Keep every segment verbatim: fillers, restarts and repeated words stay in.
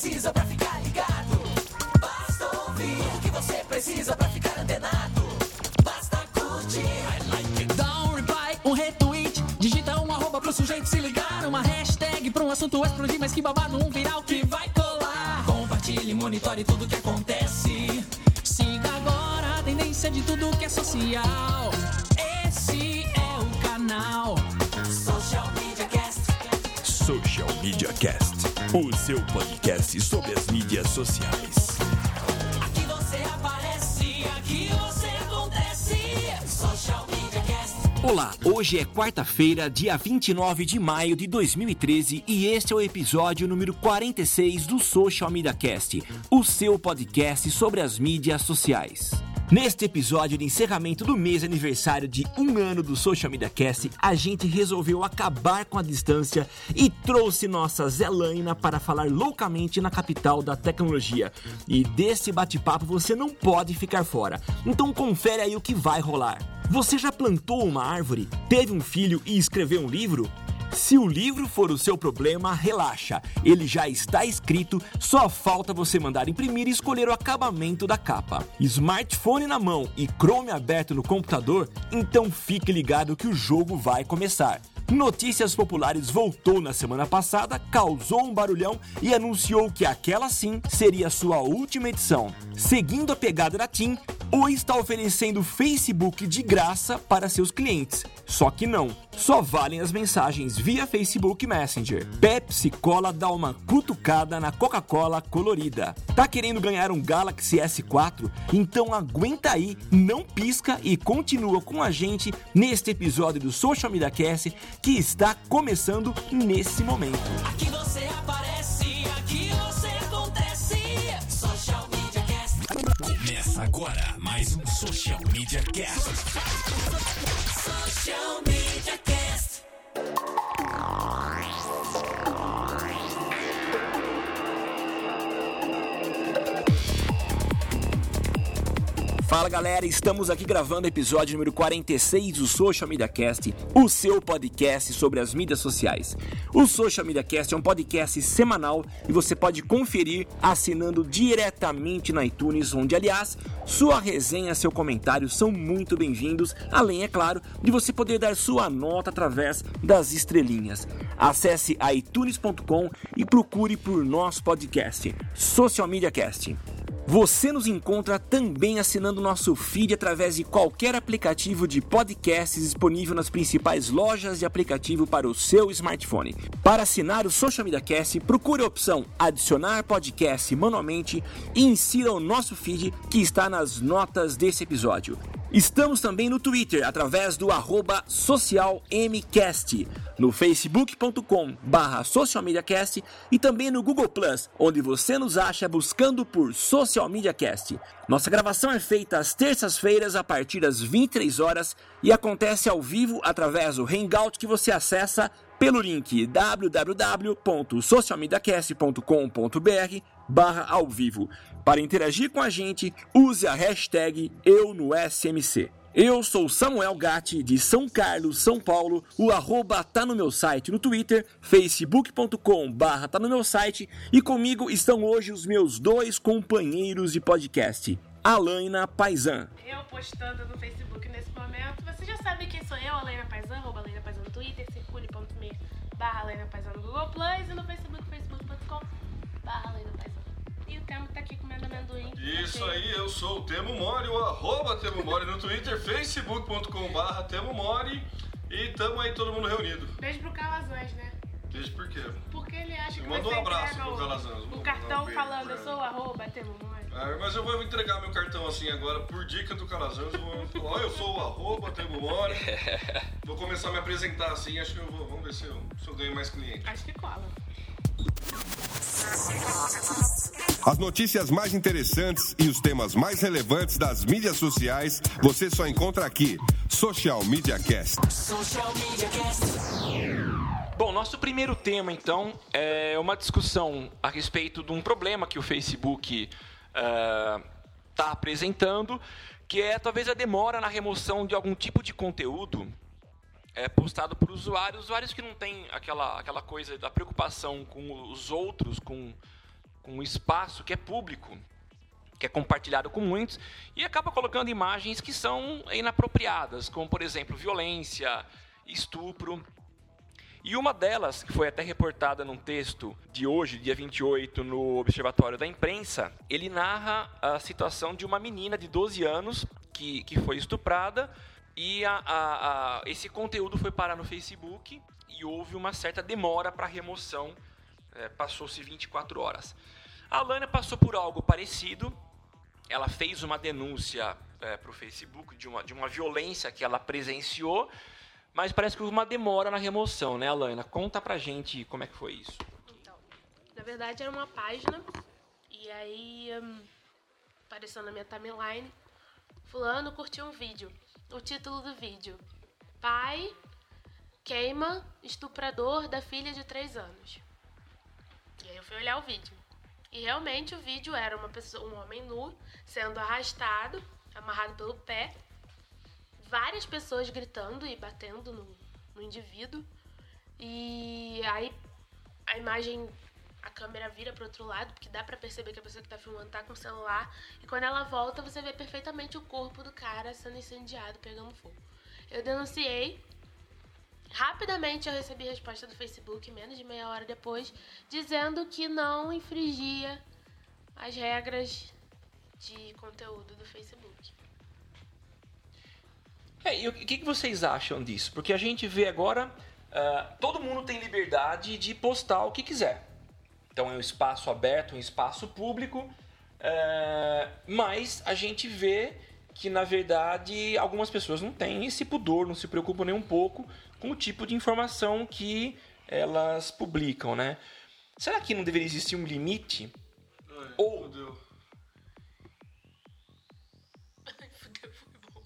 precisa pra ficar ligado. Basta ouvir o que você precisa pra ficar antenado. Basta curtir. I like it. Dá um reply, um retweet. Digita um arroba pro sujeito se ligar. Uma hashtag pra um assunto explodir. Mas que babado, um viral que vai colar. Compartilhe, monitore tudo que acontece. Siga agora a tendência de tudo que é social. Esse é o canal Social Media Cast. Social Media Cast, o seu podcast sobre as mídias sociais. Aqui você aparece, aqui você acontece. Social Media Cast. Olá, hoje é quarta-feira, dia vinte e nove de maio de dois mil e treze e este é o episódio número quarenta e seis do Social Media Cast, o seu podcast sobre as mídias sociais. Neste episódio de encerramento do mês aniversário de um ano do Social Media Cast, a gente resolveu acabar com a distância e trouxe nossa Zelaina para falar loucamente na capital da tecnologia. E desse bate-papo você não pode ficar fora, então confere aí o que vai rolar. Você já plantou uma árvore? Teve um filho e escreveu um livro? Se o livro for o seu problema, relaxa, ele já está escrito, só falta você mandar imprimir e escolher o acabamento da capa. Smartphone na mão e Chrome aberto no computador? Então fique ligado que o jogo vai começar. Notícias Populares voltou na semana passada, causou um barulhão e anunciou que aquela sim seria a sua última edição. Seguindo a pegada da TIM, Oi está oferecendo Facebook de graça para seus clientes. Só que não, só valem as mensagens via Facebook Messenger. Pepsi Cola dá uma cutucada na Coca-Cola colorida. Tá querendo ganhar um Galaxy S quatro? Então aguenta aí, não pisca e continua com a gente neste episódio do Social Media Cast que está começando nesse momento. Aqui você aparece, aqui você acontece. Social Media Cast. Começa agora mais um Social Media Cast. Social Media Cast. Fala galera, estamos aqui gravando o episódio número quarenta e seis do Social Media Cast, o seu podcast sobre as mídias sociais. O Social Media Cast é um podcast semanal e você pode conferir assinando diretamente na iTunes, onde aliás, sua resenha e seu comentário são muito bem-vindos, além, é claro, de você poder dar sua nota através das estrelinhas. Acesse itunes ponto com e procure por nosso podcast, Social Media Cast. Você nos encontra também assinando nosso feed através de qualquer aplicativo de podcasts disponível nas principais lojas de aplicativo para o seu smartphone. Para assinar o Social Media Cast, procure a opção Adicionar Podcast manualmente e insira o nosso feed que está nas notas desse episódio. Estamos também no Twitter, através do arroba socialmcast, no facebook ponto com barra socialmediacast e também no Google Plus, onde você nos acha buscando por Social Media Cast. Nossa gravação é feita às terças-feiras a partir das vinte e três horas e acontece ao vivo através do Hangout que você acessa pelo link w w w ponto socialmediacast ponto com ponto b r barra ao vivo. Para interagir com a gente, use a hashtag eu no S M C. Eu sou Samuel Gatti, de São Carlos, São Paulo. O arroba tá no meu site no Twitter, facebook ponto com barra tá no meu site. E comigo estão hoje os meus dois companheiros de podcast, Alaina Paisan. Eu postando no Facebook nesse momento. Você já sabe quem sou eu, Alaina Paisan, arroba Alaina Paisan no Twitter, circule ponto me barra Alaina Paisan no Google Plus e no Facebook, facebook ponto com barra Alaina Paisan. E o Temo tá aqui comendo amendoim. Isso aí, eu sou o Temo Mori, o arroba Temo Mori no Twitter, facebook ponto com barra Temo Mori e tamo aí todo mundo reunido. Beijo pro Calazans, né? Beijo por quê? Porque ele acha que Manda você um abraço entrega pro o, Calazans. o Vou cartão mandar um beijo falando, pra eu sou o arroba Temo Mori. Ah, mas eu vou entregar meu cartão assim agora, por dica do Calazans. Eu vou falar, eu sou o arroba Temo Mori. Vou começar a me apresentar assim, acho que eu vou, vamos ver se eu, se eu ganho mais cliente. Acho que cola. As notícias mais interessantes e os temas mais relevantes das mídias sociais você só encontra aqui. Social Media Cast. Social Media Cast. Bom, nosso primeiro tema, então, é uma discussão a respeito de um problema que o Facebook está uh, apresentando, que é talvez a demora na remoção de algum tipo de conteúdo é, postado por usuários, usuários que não têm aquela, aquela coisa da preocupação com os outros, com, com um espaço que é público, que é compartilhado com muitos, e acaba colocando imagens que são inapropriadas, como, por exemplo, violência, estupro. E uma delas, que foi até reportada num texto de hoje, dia vinte e oito, no Observatório da Imprensa, ele narra a situação de uma menina de doze anos que, que foi estuprada, e a, a, a, esse conteúdo foi parar no Facebook e houve uma certa demora para a remoção, é, passou-se vinte e quatro horas. A Alana passou por algo parecido, ela fez uma denúncia é, para o Facebook de uma, de uma violência que ela presenciou, mas parece que houve uma demora na remoção, né, Alana? Conta pra gente como é que foi isso. Então, na verdade era uma página, e aí hum, apareceu na minha timeline, fulano curtiu um vídeo. O título do vídeo: pai queima estuprador da filha de três anos. E aí eu fui olhar o vídeo. E realmente o vídeo era uma pessoa, um homem nu sendo arrastado, amarrado pelo pé, várias pessoas gritando e batendo no, no indivíduo. E aí a imagem, a câmera vira para outro lado, porque dá pra perceber que a pessoa que tá filmando tá com o celular. E quando ela volta, você vê perfeitamente o corpo do cara sendo incendiado, pegando fogo. Eu denunciei. Rapidamente eu recebi resposta do Facebook, menos de meia hora depois, dizendo que não infringia as regras de conteúdo do Facebook. É, e o que, que vocês acham disso? Porque a gente vê agora, uh, todo mundo tem liberdade de postar o que quiser. Então é um espaço aberto, um espaço público, uh, mas a gente vê que, na verdade, algumas pessoas não têm esse pudor, não se preocupam nem um pouco com o tipo de informação que elas publicam, né? Será que não deveria existir um limite? Ai, Ou... fudeu. Fudeu, foi bom.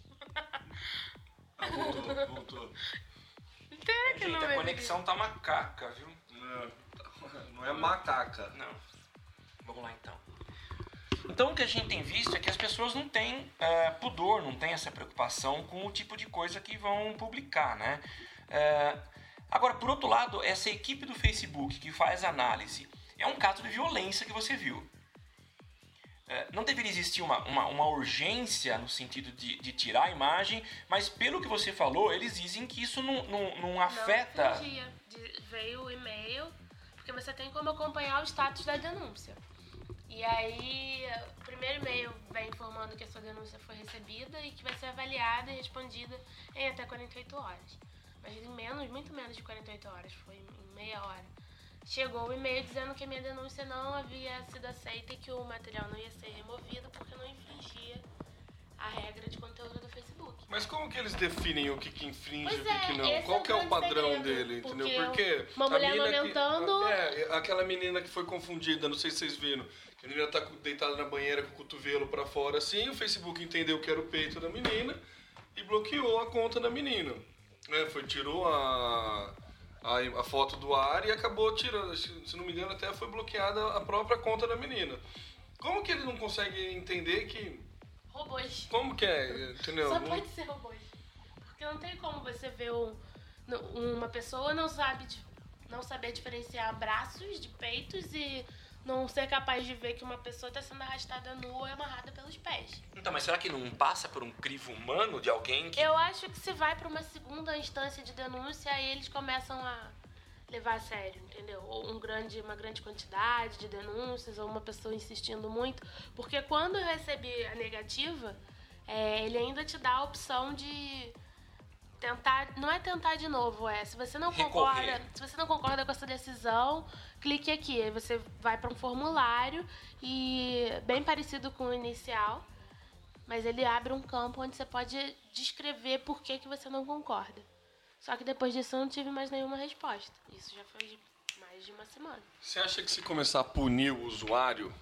Ah, voltou, voltou. Será que Gente, não a vai conexão tá macaca, viu? Não, não é macaca. Não. Vamos lá, então. Então, o que a gente tem visto é que as pessoas não têm é, pudor, não têm essa preocupação com o tipo de coisa que vão publicar, né? É, agora, por outro lado, essa equipe do Facebook que faz análise é um caso de violência que você viu. É, não deveria existir uma, uma, uma urgência no sentido de, de tirar a imagem, mas pelo que você falou, eles dizem que isso não, não, não afeta... Não, dia veio o e-mail, porque você tem como acompanhar o status da denúncia. E aí, o primeiro e-mail vem informando que a sua denúncia foi recebida e que vai ser avaliada e respondida em até quarenta e oito horas. Mas em menos, muito menos de quarenta e oito horas, foi em meia hora. Chegou o e-mail dizendo que a minha denúncia não havia sido aceita e que o material não ia ser removido porque não infringia a regra de conteúdo do Facebook. Mas como que eles definem o que, que infringe e Pois o que, que é, não? esse Qual é o que é o grande padrão segredo, dele, entendeu? porque Porque uma a mulher mina que- amamentando- é, aquela menina que foi confundida, não sei se vocês viram. A menina tá deitada na banheira com o cotovelo pra fora assim, o Facebook entendeu que era o peito da menina e bloqueou a conta da menina. É, foi, tirou a, a, a foto do ar e acabou tirando, se, se não me engano até foi bloqueada a própria conta da menina. Como que ele não consegue entender que... Robôs. Como que é, entendeu? Só Não- pode ser robôs. Porque não tem como você ver um, uma pessoa não sabe di- não saber diferenciar braços de peitos e não ser capaz de ver que uma pessoa está sendo arrastada nua e amarrada pelos pés. Então, mas será que não passa por um crivo humano de alguém que... Eu acho que se vai para uma segunda instância de denúncia, aí eles começam a levar a sério, entendeu? Ou um grande, uma grande quantidade de denúncias, ou uma pessoa insistindo muito. Porque quando eu recebi a negativa, é, ele ainda te dá a opção de tentar... Não é tentar de novo, é... Se você não Recorrer. concorda, se você não concorda com essa decisão, clique aqui. Aí você vai para um formulário, e bem parecido com o inicial, mas ele abre um campo onde você pode descrever por que, que você não concorda. Só que depois disso eu não tive mais nenhuma resposta. Isso já foi de mais de uma semana. Você acha que se começar a punir o usuário,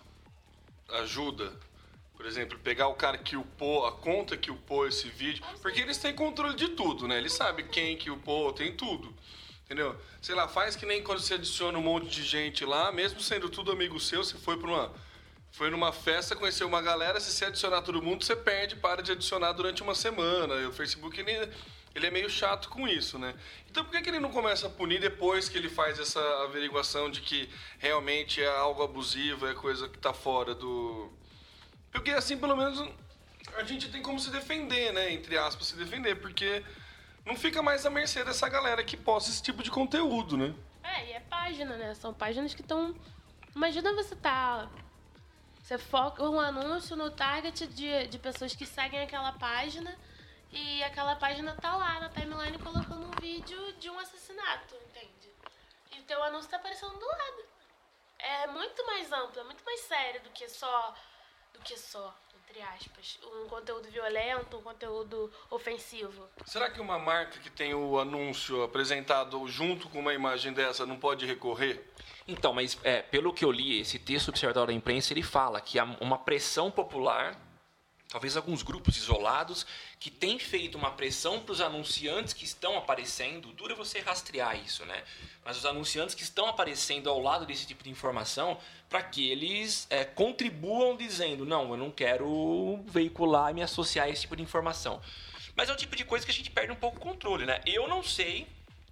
ajuda? Por exemplo, pegar o cara que upou, a conta que upou esse vídeo, porque eles têm controle de tudo, né? Eles sabem quem que upou, tem tudo, entendeu? Sei lá, faz que nem quando você adiciona um monte de gente lá, mesmo sendo tudo amigo seu, você foi pra uma... Foi numa festa, conheceu uma galera, se você adicionar todo mundo, você perde, para de adicionar durante uma semana. E o Facebook, ele, ele é meio chato com isso, né? Então por que, que ele não começa a punir depois que ele faz essa averiguação de que realmente é algo abusivo, é coisa que tá fora do... Porque assim, pelo menos, a gente tem como se defender, né? Entre aspas, se defender, porque não fica mais à mercê dessa galera que posta esse tipo de conteúdo, né? É, e é página, né? São páginas que estão... Imagina você tá... Você foca um anúncio no target de, de pessoas que seguem aquela página e aquela página tá lá na timeline colocando um vídeo de um assassinato, entende? E o teu anúncio tá aparecendo do lado. É muito mais amplo, é muito mais sério do que só... Do que só, entre aspas, um conteúdo violento, um conteúdo ofensivo. Será que uma marca que tem o anúncio apresentado junto com uma imagem dessa não pode recorrer? Então, mas é, pelo que eu li, esse texto do Observatório da Imprensa, ele fala que há uma pressão popular, talvez alguns grupos isolados, que têm feito uma pressão para os anunciantes que estão aparecendo. Dura você rastrear isso, né? Mas os anunciantes que estão aparecendo ao lado desse tipo de informação, para que eles é, contribuam dizendo, não, eu não quero veicular e me associar a esse tipo de informação. Mas é o tipo de coisa que a gente perde um pouco o controle, né? Eu não sei...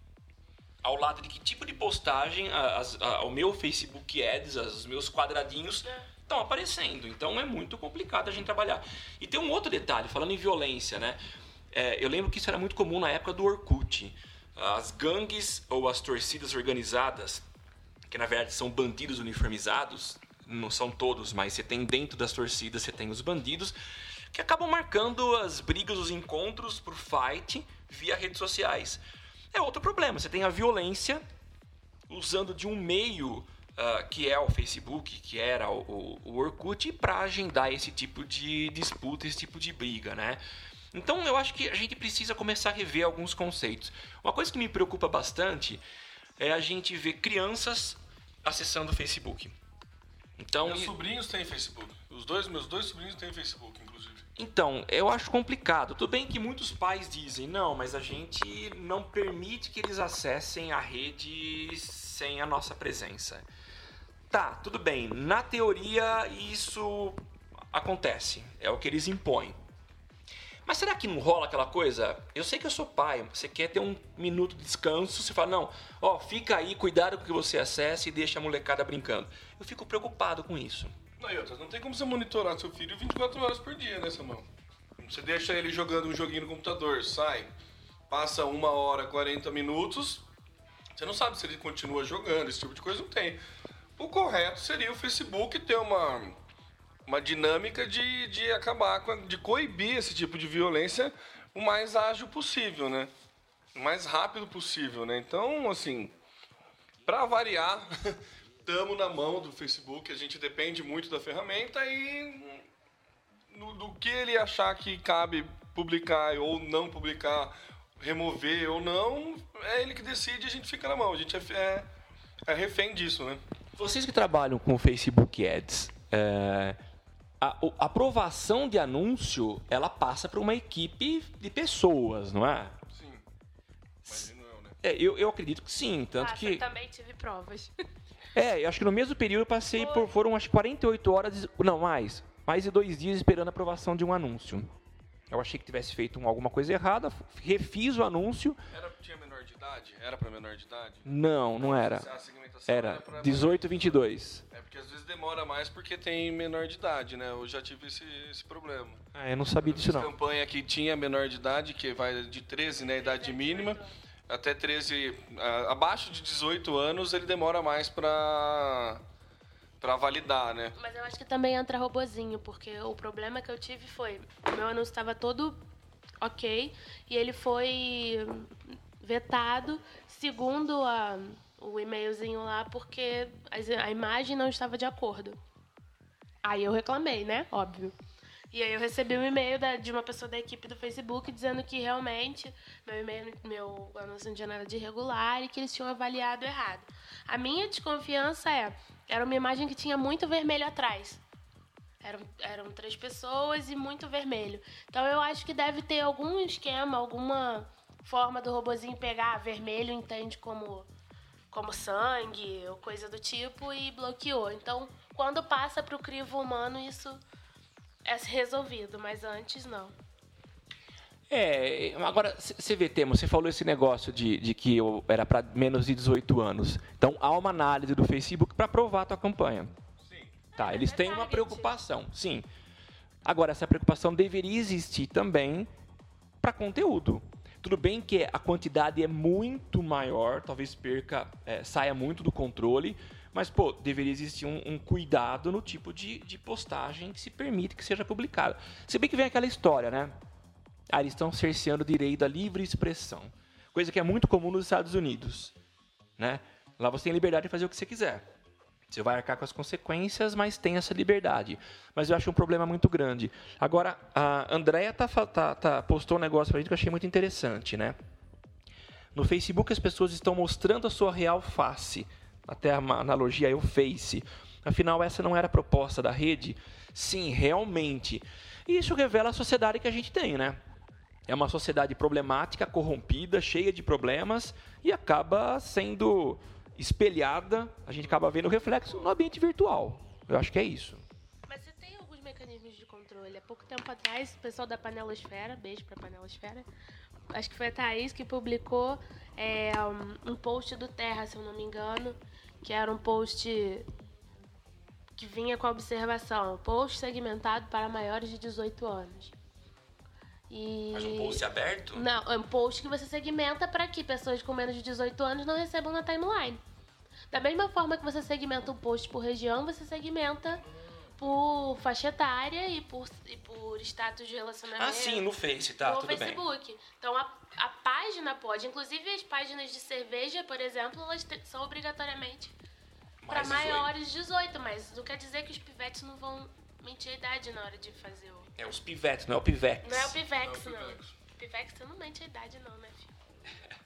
ao lado de que tipo de postagem as, a, o meu Facebook Ads, os meus quadradinhos estão aparecendo. Então é muito complicado a gente trabalhar. E tem um outro detalhe, falando em violência, né? É, eu lembro que isso era muito comum na época do Orkut. As gangues ou as torcidas organizadas, que na verdade são bandidos uniformizados, não são todos, mas você tem dentro das torcidas, você tem os bandidos, que acabam marcando as brigas, os encontros por fight via redes sociais. É outro problema, você tem a violência usando de um meio uh, que é o Facebook, que era o, o, o Orkut, para agendar esse tipo de disputa, esse tipo de briga, né? Então eu acho que a gente precisa começar a rever alguns conceitos. Uma coisa que me preocupa bastante é a gente ver crianças acessando o Facebook. Então, meus sobrinhos têm Facebook. Os dois, meus dois sobrinhos têm Facebook, inclusive. Então, eu acho complicado. Tudo bem que muitos pais dizem, não, mas a gente não permite que eles acessem a rede sem a nossa presença. Tá, tudo bem. Na teoria, isso acontece. É o que eles impõem. Mas será que não rola aquela coisa? Eu sei que eu sou pai, você quer ter um minuto de descanso, você fala, não, ó, fica aí, cuidado com o que você acessa e deixa a molecada brincando. Eu fico preocupado com isso. Não, e outras, não tem como você monitorar seu filho vinte e quatro horas por dia, né, Samuel? Você deixa ele jogando um joguinho no computador, sai, passa uma hora, quarenta minutos, você não sabe se ele continua jogando, esse tipo de coisa não tem. O correto seria o Facebook ter uma... uma dinâmica de, de acabar com, a, de coibir esse tipo de violência o mais ágil possível, né? O mais rápido possível, né? Então, assim, para variar, estamos na mão do Facebook, a gente depende muito da ferramenta e no, do que ele achar que cabe publicar ou não publicar, remover ou não, é ele que decide e a gente fica na mão. A gente é, é, é refém disso, né? Vocês que trabalham com o Facebook Ads, é... A, a aprovação de anúncio, ela passa para uma equipe de pessoas, não é? Sim. Mas não é, né? É, eu, eu acredito que sim, tanto Ah, que... eu também tive provas. É, eu acho que no mesmo período eu passei Foi. por... Foram acho que quarenta e oito horas, não, mais. Mais de dois dias esperando a aprovação de um anúncio. Eu achei que tivesse feito um, alguma coisa errada, refiz o anúncio... Era, tinha menor de idade? Era para menor de idade? Não, não era. A segmentação Era pra dezoito e vinte e dois. É porque às vezes demora mais porque tem menor de idade, né? Eu já tive esse, esse problema. Ah, eu não sabia disso Essa não. campanha que tinha menor de idade, que vai de treze, né, idade mínima, até treze, a- abaixo de dezoito anos, ele demora mais para para validar, né? Mas eu acho que também entra robozinho, porque o problema que eu tive foi... O meu anúncio estava todo ok, e ele foi vetado segundo a, o e-mailzinho lá, porque a, a imagem não estava de acordo. Aí eu reclamei, né? Óbvio. E aí eu recebi um e-mail da, de uma pessoa da equipe do Facebook dizendo que realmente meu e-mail, meu anúncio não tinha nada de irregular e que eles tinham avaliado errado. A minha desconfiança é, era uma imagem que tinha muito vermelho atrás. Eram, eram três pessoas e muito vermelho. Então eu acho que deve ter algum esquema, alguma forma do robozinho pegar vermelho, entende como, como sangue ou coisa do tipo e bloqueou. Então quando passa para o crivo humano isso é resolvido, mas antes não. É, agora, você vê, Temo, você falou esse negócio de, de que eu era para menos de dezoito anos. Então, há uma análise do Facebook para aprovar a tua campanha. Sim. Tá, eles têm uma preocupação, sim. Agora, essa preocupação deveria existir também para conteúdo. Tudo bem que a quantidade é muito maior, talvez perca, é, saia muito do controle, mas, pô, deveria existir um, um cuidado no tipo de, de postagem que se permite que seja publicada. Se bem que vem aquela história, né? Ah, eles estão cerceando o direito à livre expressão. Coisa que é muito comum nos Estados Unidos. Né? Lá você tem liberdade de fazer o que você quiser. Você vai arcar com as consequências, mas tem essa liberdade. Mas eu acho um problema muito grande. Agora, a Andrea tá, tá, tá, postou um negócio pra gente que eu achei muito interessante. Né? No Facebook, as pessoas estão mostrando a sua real face. Até a analogia é o Face. Afinal, essa não era a proposta da rede? Sim, realmente. E isso revela a sociedade que a gente tem, né? É uma sociedade problemática, corrompida, cheia de problemas e acaba sendo espelhada, a gente acaba vendo o reflexo no ambiente virtual. Eu acho que é isso. Mas você tem alguns mecanismos de controle. Há pouco tempo atrás, o pessoal da Panelosfera, beijo pra Panelosfera, acho que foi a Thaís que publicou é, um, um post do Terra, se eu não me engano, que era um post que vinha com a observação, post segmentado para maiores de dezoito anos. E... Mas um post aberto? Não, é um post que você segmenta para que pessoas com menos de dezoito anos não recebam na timeline. Da mesma forma que você segmenta um post por região, você segmenta por faixa etária e por, e por status de relacionamento. Ah, sim, no Face, tá, no tudo Facebook. bem. Então, a, a página pode, inclusive as páginas de cerveja, por exemplo, elas te, são obrigatoriamente para maiores de dezoito, mas não quer dizer que os pivetes não vão mentir a idade na hora de fazer o... É os pivetes, não é o pivex. Não é o pivex, não. não. É o pivex. Pivex você não mente a idade não, né, filho?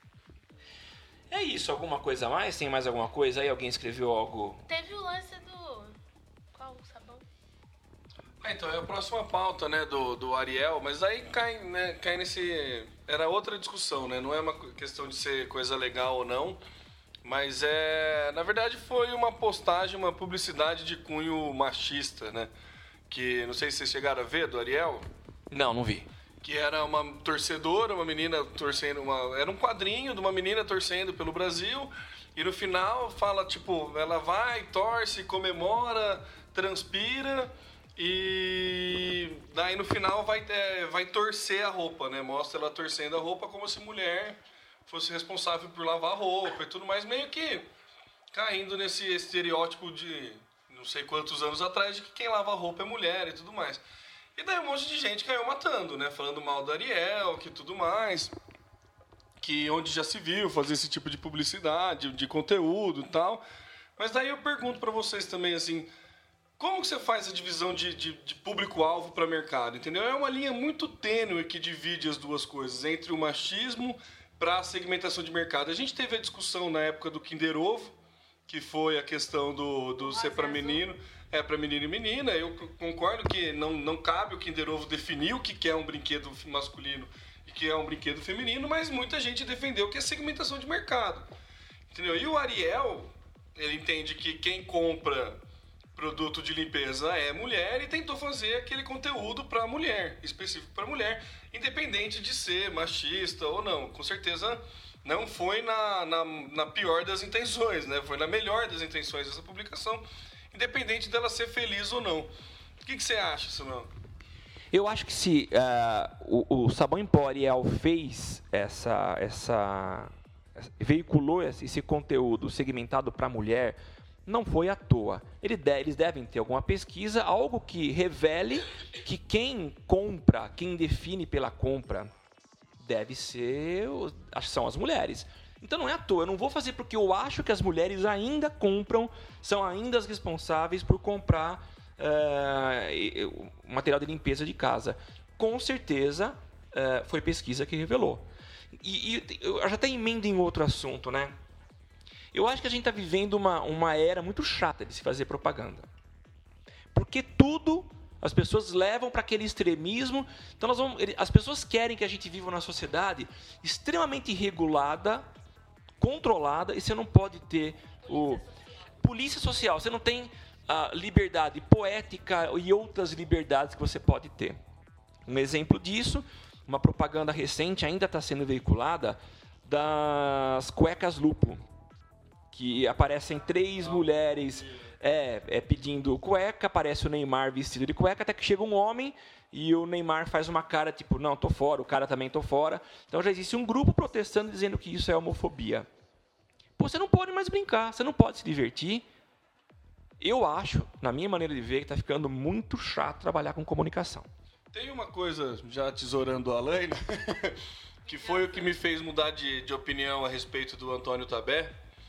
É isso, alguma coisa a mais? Tem mais alguma coisa aí? Alguém escreveu algo? Teve o lance do... Qual o sabão? Ah, então é a próxima pauta, né, do, do Ariel, mas aí cai, né, cai nesse... Era outra discussão, né? Não é uma questão de ser coisa legal ou não, mas é... Na verdade foi uma postagem, uma publicidade de cunho machista, né? Que não sei se vocês chegaram a ver, do Ariel. Não, não vi. Que era uma torcedora, uma menina torcendo, uma, era um quadrinho de uma menina torcendo pelo Brasil, e no final fala, tipo, ela vai, torce, comemora, transpira, e daí no final vai, é, vai torcer a roupa, né? Mostra ela torcendo a roupa como se mulher fosse responsável por lavar a roupa e tudo mais, meio que caindo nesse estereótipo de... não sei quantos anos atrás, de que quem lava roupa é mulher e tudo mais. E daí um monte de gente caiu matando, né? Falando mal da Ariel, que tudo mais. Que onde já se viu fazer esse tipo de publicidade, de conteúdo e tal. Mas daí eu pergunto pra vocês também, assim... Como que você faz a divisão de, de, de público-alvo para mercado, entendeu? É uma linha muito tênue que divide as duas coisas. Entre o machismo para a segmentação de mercado. A gente teve a discussão na época do Kinder Ovo, que foi a questão do, do ser para menino, é para menino e menina. Eu concordo que não, não cabe o Kinder Ovo definir o que é um brinquedo masculino e o que é um brinquedo feminino, mas muita gente defendeu que é segmentação de mercado. Entendeu? E o Ariel, ele entende que quem compra produto de limpeza é mulher e tentou fazer aquele conteúdo para mulher, específico para mulher, independente de ser machista ou não. Com certeza... Não foi na, na, na pior das intenções, né? Foi na melhor das intenções essa publicação, independente dela ser feliz ou não. O que, que você acha, Samuel? Eu acho que se uh, o, o Sabão em Pó Ariel fez essa, essa... veiculou esse, esse conteúdo segmentado para mulher, não foi à toa. Ele de, eles devem ter alguma pesquisa, algo que revele que quem compra, quem define pela compra... deve ser, são as mulheres. Então não é à toa, eu não vou fazer porque eu acho que as mulheres ainda compram, são ainda as responsáveis por comprar uh, material de limpeza de casa. Com certeza uh, foi pesquisa que revelou. E, e eu já até emendo em outro assunto, né? Eu acho que a gente está vivendo uma, uma era muito chata de se fazer propaganda. Porque tudo... As pessoas levam para aquele extremismo. Então, nós vamos, as pessoas querem que a gente viva numa sociedade extremamente regulada, controlada, e você não pode ter o polícia social. Você não tem a liberdade poética e outras liberdades que você pode ter. Um exemplo disso uma propaganda recente, ainda está sendo veiculada, das cuecas Lupo, que aparecem três mulheres é, é, pedindo cueca, aparece o Neymar vestido de cueca, até que chega um homem e o Neymar faz uma cara tipo, não, tô fora, o cara também tô fora. Então já existe um grupo protestando dizendo que isso é homofobia. Pô, você não pode mais brincar, você não pode se divertir. Eu acho, na minha maneira de ver, que está ficando muito chato trabalhar com comunicação. Tem uma coisa, já tesourando a Alaine, que foi o que me fez mudar de, de opinião a respeito do Antônio Tabé,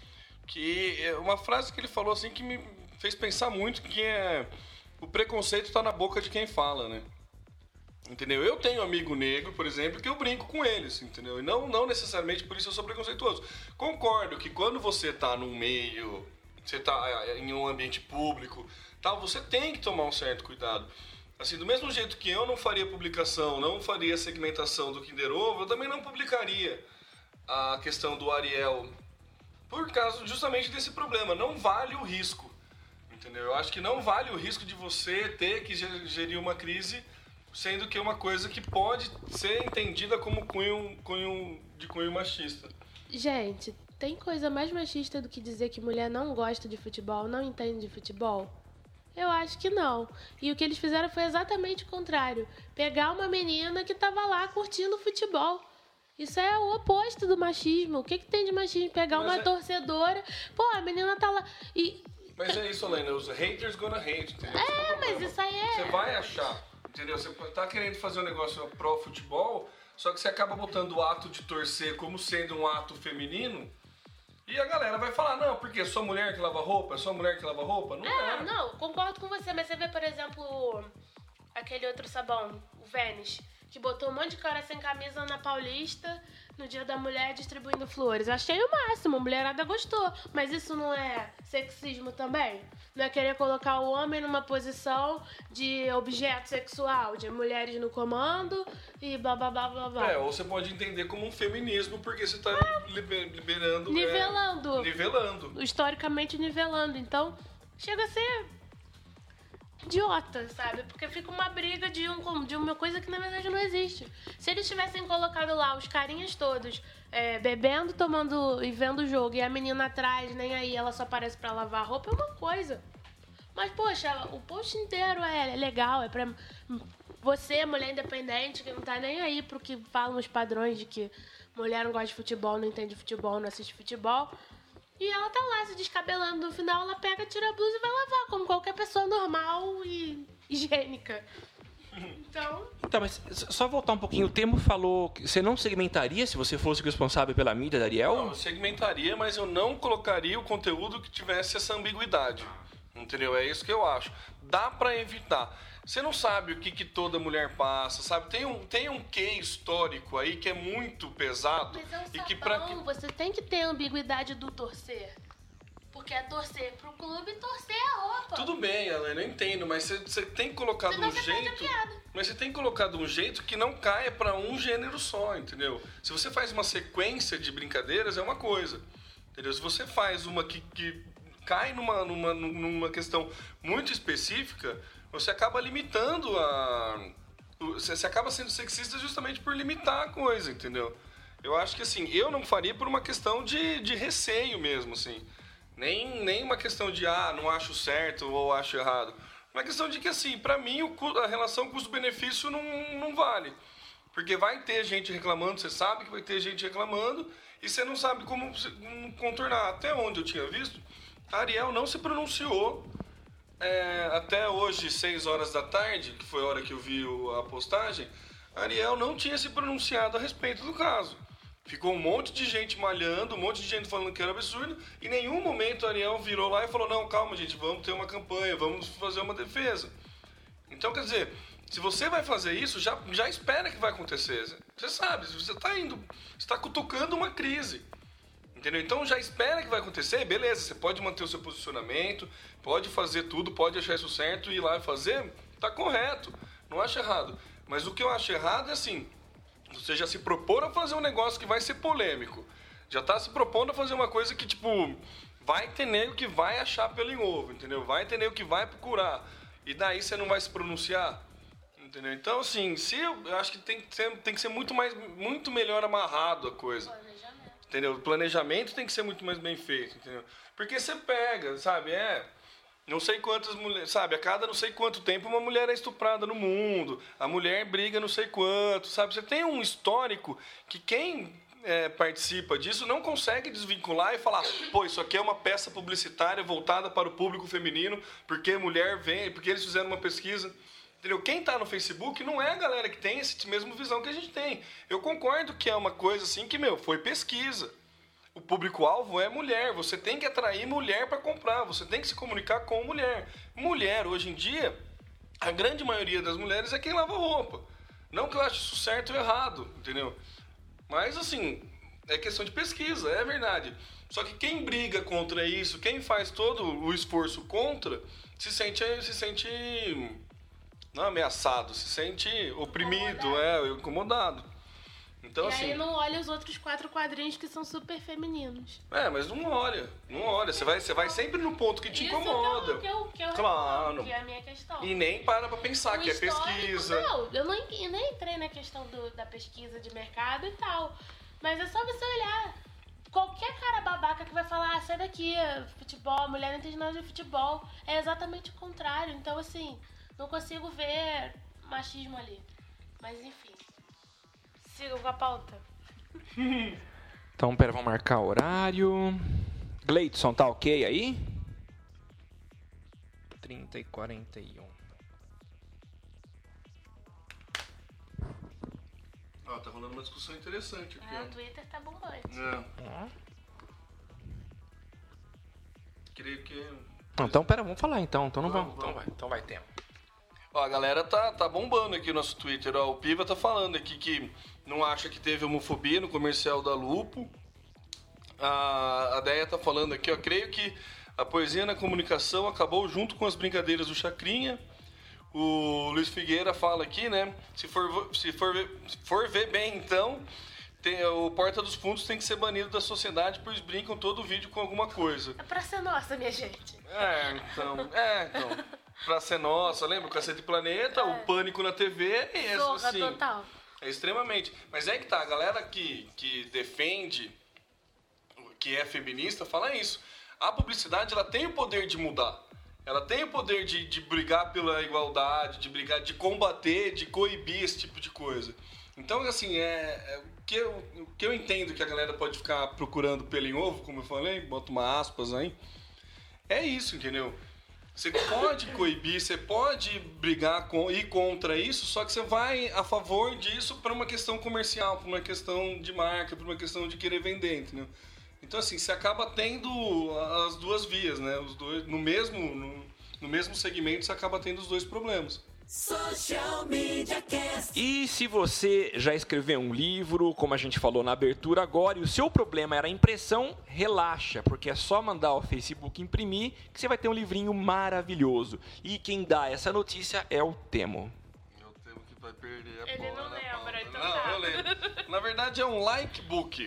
que é uma frase que ele falou assim que me fez pensar muito, que é o preconceito está na boca de quem fala, né? Entendeu? Eu tenho amigo negro, por exemplo, que eu brinco com eles, entendeu? E não, não necessariamente por isso eu sou preconceituoso. Concordo que quando você está num meio, você está em um ambiente público, tal, você tem que tomar um certo cuidado. Assim, do mesmo jeito que eu não faria publicação, não faria segmentação do Kinder Ovo, eu também não publicaria a questão do Ariel, por causa justamente desse problema. Não vale o risco, entendeu? Eu acho que não vale o risco de você ter que gerir uma crise, sendo que é uma coisa que pode ser entendida como cunho, cunho de cunho machista. Gente, tem coisa mais machista do que dizer que mulher não gosta de futebol, não entende de futebol? Eu acho que não. E o que eles fizeram foi exatamente o contrário. Pegar uma menina que estava lá curtindo futebol. Isso é o oposto do machismo. O que, que tem de machismo? Pegar Mas uma é... torcedora... Pô, a menina tá lá... E... Mas é isso, Helena. Os haters gonna hate, entendeu? É, mas isso aí é... Você vai achar, entendeu? Você tá querendo fazer um negócio pró futebol, só que você acaba botando o ato de torcer como sendo um ato feminino... E a galera vai falar, não, porque é só mulher que lava roupa? É só mulher que lava roupa? Não é. É, não, concordo com você, mas você vê, por exemplo, aquele outro sabão, o Vênus, que botou um monte de cara sem camisa na Paulista no Dia da Mulher distribuindo flores. Achei o máximo, a mulherada gostou. Mas isso não é sexismo também? Não é querer colocar o homem numa posição de objeto sexual, de mulheres no comando e blá blá blá blá blá. É, ou você pode entender como um feminismo, porque você tá liber, liberando... Nivelando. É, nivelando. Historicamente nivelando. Então, chega a ser idiota, sabe? Porque fica uma briga de, um, de uma coisa que na verdade não existe. Se eles tivessem colocado lá os carinhas todos é, bebendo, tomando e vendo o jogo e a menina atrás, nem aí, ela só aparece pra lavar a roupa, é uma coisa. Mas, poxa, o post inteiro é, é legal, é pra você, mulher independente, que não tá nem aí pro que falam os padrões de que mulher não gosta de futebol, não entende futebol, não assiste futebol. E ela tá lá se descabelando. No final, ela pega, tira a blusa e vai lavar, como qualquer pessoa normal e higiênica. Então... Então, mas só voltar um pouquinho. O Temo falou que você não segmentaria se você fosse responsável pela mídia da Ariel? Não, eu segmentaria, mas eu não colocaria o conteúdo que tivesse essa ambiguidade. Entendeu? É isso que eu acho. Dá pra evitar. Você não sabe o que, que toda mulher passa, sabe? Tem um, tem um quê histórico aí que é muito pesado. Mas é um e que sabão, pra... você tem que ter a ambiguidade do torcer. Porque é torcer pro clube e torcer a roupa. Tudo bem, Helena, eu entendo, mas você, você tem que colocar de Senão um você perde a jeito... piada. Mas você tem que colocar de um jeito que não caia pra um gênero só, entendeu? Se você faz uma sequência de brincadeiras, é uma coisa. Entendeu? Se você faz uma que, que cai numa, numa, numa questão muito específica... Você acaba limitando a... Você acaba sendo sexista justamente por limitar a coisa, entendeu? Eu acho que, assim, eu não faria por uma questão de, de receio mesmo, assim. Nem, nem uma questão de, ah, não acho certo ou acho errado. Uma questão de que, assim, pra mim, o, a relação custo-benefício não, não vale. Porque vai ter gente reclamando, você sabe que vai ter gente reclamando, e você não sabe como contornar. Até onde eu tinha visto, a Ariel não se pronunciou. É, até hoje, seis horas da tarde, que foi a hora que eu vi o, a postagem, a Ariel não tinha se pronunciado a respeito do caso. Ficou um monte de gente malhando, um monte de gente falando que era absurdo, e em nenhum momento a Ariel virou lá e falou, não, calma gente, vamos ter uma campanha, vamos fazer uma defesa. Então, quer dizer, se você vai fazer isso, já, já espera que vai acontecer. Você sabe, você está indo, está cutucando uma crise. Entendeu? Então já espera que vai acontecer, beleza, você pode manter o seu posicionamento, pode fazer tudo, pode achar isso certo e ir lá e fazer, tá correto, não acho errado. Mas o que eu acho errado é assim, você já se propor a fazer um negócio que vai ser polêmico, já tá se propondo a fazer uma coisa que, tipo, vai ter nego que vai achar pelo em ovo, entendeu? Vai ter nego que vai procurar, e daí você não vai se pronunciar. Entendeu? Então, assim, se eu, eu acho que tem que ser, tem que ser muito, mais, muito melhor amarrado a coisa. Planejamento. Entendeu? O planejamento tem que ser muito mais bem feito, entendeu? Porque você pega, sabe, é... Não sei quantas mulheres, sabe, a cada não sei quanto tempo uma mulher é estuprada no mundo, a mulher briga não sei quanto, sabe? Você tem um histórico que quem é, participa disso não consegue desvincular e falar, pô, isso aqui é uma peça publicitária voltada para o público feminino, porque mulher vem, porque eles fizeram uma pesquisa. Entendeu? Quem está no Facebook não é a galera que tem essa mesma visão que a gente tem. Eu concordo que é uma coisa assim que, meu, foi pesquisa. O público-alvo é mulher. Você tem que atrair mulher para comprar. Você tem que se comunicar com mulher. Mulher, hoje em dia, a grande maioria das mulheres é quem lava roupa. Não que eu ache isso certo ou errado, entendeu? Mas, assim, é questão de pesquisa, é verdade. Só que quem briga contra isso, quem faz todo o esforço contra, se sente... Se sente não ameaçado, se sente oprimido, incomodado. é, incomodado. Então, e assim, aí não olha os outros quatro quadrinhos que são super femininos. É, mas não olha, não olha. Você vai, você vai sempre no ponto que te Isso incomoda. Que eu, que eu, que eu claro. reclamo, que é a minha questão. E nem para pra pensar O que é histórico, pesquisa. Não, eu não, eu nem entrei na questão do, da pesquisa de mercado e tal. Mas é só você olhar. Qualquer cara babaca que vai falar, ah, sai daqui, futebol, mulher não entende nada de futebol. É exatamente o contrário. Então, assim, não consigo ver machismo ali. Mas, enfim. Sigam com a pauta. Então, pera, vamos marcar o horário. Gleidson, tá ok aí? trinta e quarenta e um. Ó, tá rolando uma discussão interessante aqui. Ah, ó. o Twitter tá bombante. É. Creio que... Não, então, pera, vamos falar então. Então não Vamos, vamos. Então vamos. vai, então vai tempo. Ó, a galera tá, tá bombando aqui no nosso Twitter. Ó, o Piva tá falando aqui que não acha que teve homofobia no comercial da Lupo. A, a Deia tá falando aqui, ó. Creio que a poesia na comunicação acabou junto com as brincadeiras do Chacrinha. O Luiz Figueira fala aqui, né? Se for, se for, ver, se for ver bem, então, tem, o Porta dos Fundos tem que ser banido da sociedade, pois brincam todo o vídeo com alguma coisa. É pra ser nossa, minha gente. É, então... É, então... Pra ser nossa, lembra? O Cacete Planeta, É. o Pânico na T V, é isso, Zorra assim. total. É extremamente. Mas é que tá, a galera que, que defende, que é feminista, fala isso. A publicidade, ela tem o poder de mudar. Ela tem o poder de, de brigar pela igualdade, de brigar, de combater, de coibir esse tipo de coisa. Então, assim, é, é o, que eu, o que eu entendo que a galera pode ficar procurando pelo em ovo, como eu falei, bota uma aspas aí, é isso, entendeu? Você pode coibir, você pode brigar com, ir contra isso, só que você vai a favor disso para uma questão comercial, para uma questão de marca, para uma questão de querer vender, entendeu? Então, assim, você acaba tendo as duas vias, né? Os dois, no, mesmo, no, no mesmo segmento, você acaba tendo os dois problemas. Social Media Cast. E se você já escreveu um livro, como a gente falou na abertura agora, e o seu problema era a impressão, relaxa, porque é só mandar ao Facebook imprimir que você vai ter um livrinho maravilhoso. E quem dá essa notícia é o Temo. É o Temo que vai perder a Ele bola não na lembra, pauta. então Não, tá. eu lembro. Na verdade, é um like book.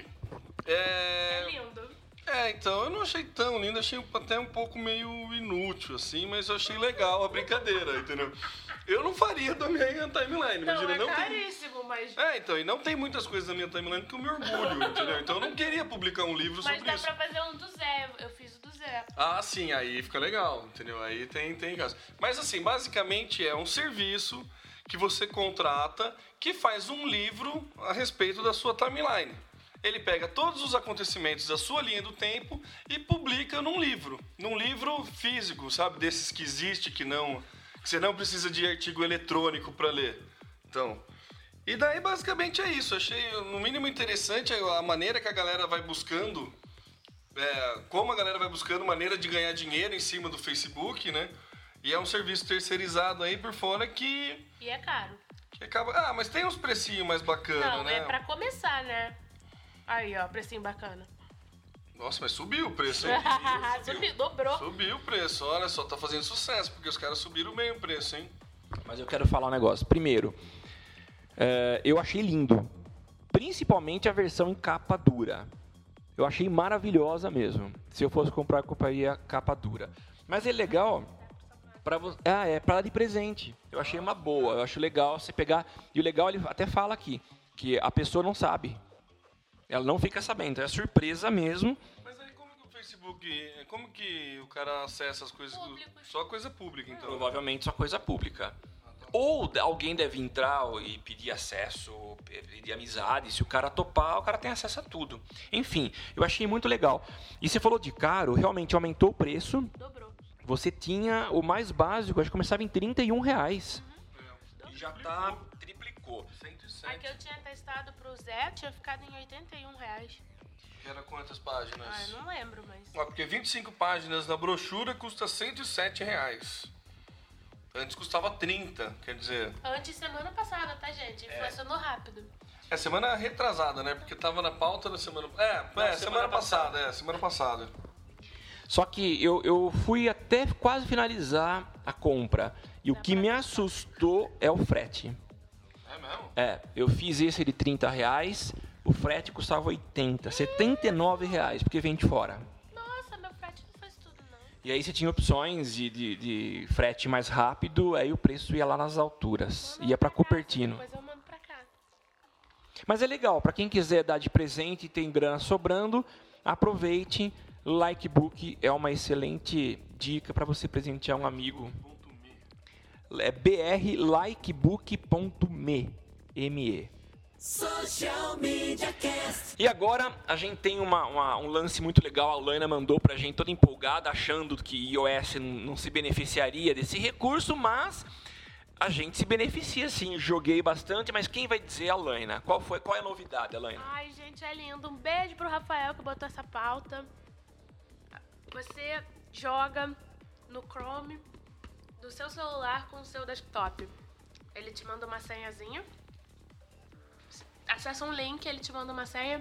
É... É lindo. É, então, eu não achei tão lindo, achei até um pouco meio inútil, assim, mas eu achei legal a brincadeira, entendeu? Eu não faria da minha timeline, Não, imagina, é não tem... caríssimo, mas... É, então, e não tem muitas coisas na minha timeline que eu me orgulho, entendeu? Então eu não queria publicar um livro Mas sobre dá isso. pra fazer um do Zé, eu fiz o do Zé. Ah, sim, aí fica legal, entendeu? Aí tem, tem caso. Mas assim, basicamente é um serviço que você contrata que faz um livro a respeito da sua timeline. Ele pega todos os acontecimentos da sua linha do tempo e publica num livro. Num livro físico, sabe? Desses que existe, que não... que você não precisa de artigo eletrônico para ler. Então... E daí, basicamente, é isso. Achei, no mínimo, interessante a maneira que a galera vai buscando... É, como a galera vai buscando maneira de ganhar dinheiro em cima do Facebook, né? E é um serviço terceirizado aí por fora que... E é caro. que acaba... Ah, mas tem uns precinhos mais bacanas, Não, né? é pra começar, né? Aí, ó, precinho bacana. Nossa, mas subiu o preço, hein? Subiu, dobrou. Subiu o preço, olha só, tá fazendo sucesso, porque os caras subiram bem o preço, hein? Mas eu quero falar um negócio. Primeiro, é, eu achei lindo. Principalmente a versão em capa dura. Eu achei maravilhosa mesmo. Se eu fosse comprar, eu compraria capa dura. Mas é legal Pra vo... Ah, é pra dar de presente. Eu achei uma boa, eu acho legal você pegar... E o legal, ele até fala aqui, que a pessoa não sabe. Ela não fica sabendo, é surpresa mesmo. Mas aí como que o Facebook, como que o cara acessa as coisas? Público. Só coisa pública, então. Provavelmente só coisa pública. Ou alguém deve entrar e pedir acesso, pedir amizade. Se o cara topar, o cara tem acesso a tudo. Enfim, eu achei muito legal. E você falou de caro, realmente aumentou o preço. Dobrou. Você tinha o mais básico, acho que começava em trinta e um reais. É. E já tá, triplicou. cento e A sete. que eu tinha testado pro Zé tinha ficado em oitenta e um reais. Que era quantas páginas? Ah, eu não lembro, mas... Ó, porque vinte e cinco páginas na brochura custa cento e sete reais. Antes custava trinta, quer dizer... Antes, semana passada, tá, gente? Inflacionou rápido. É semana retrasada, né? Porque tava na pauta da semana... É, é semana, semana passada, passada. é, semana passada. Só que eu, eu fui até quase finalizar a compra. E o que me assustou é o frete. É mesmo? É, eu fiz esse de trinta reais, o frete custava oitenta, setenta e nove reais, porque vem de fora. Nossa, meu frete não faz tudo, não. E aí você tinha opções de, de, de frete mais rápido, aí o preço ia lá nas alturas, ia para Cupertino. Depois eu mando pra cá. Mas é legal, para quem quiser dar de presente e tem grana sobrando, aproveite. Likebook é uma excelente dica para você presentear um amigo. É b r likebook ponto me. M-E. Social Media Cast. E agora a gente tem uma, uma, um lance muito legal. A Laina mandou pra gente toda empolgada, achando que iOS não, não se beneficiaria desse recurso, mas a gente se beneficia sim. Joguei bastante, mas quem vai dizer é a Laina? Qual, foi, qual é a novidade, Laina? Ai, gente, é lindo. Um beijo pro Rafael que botou essa pauta. Você joga no Chrome do seu celular com o seu desktop. Ele te manda uma senhazinha. Acessa um link, ele te manda uma senha.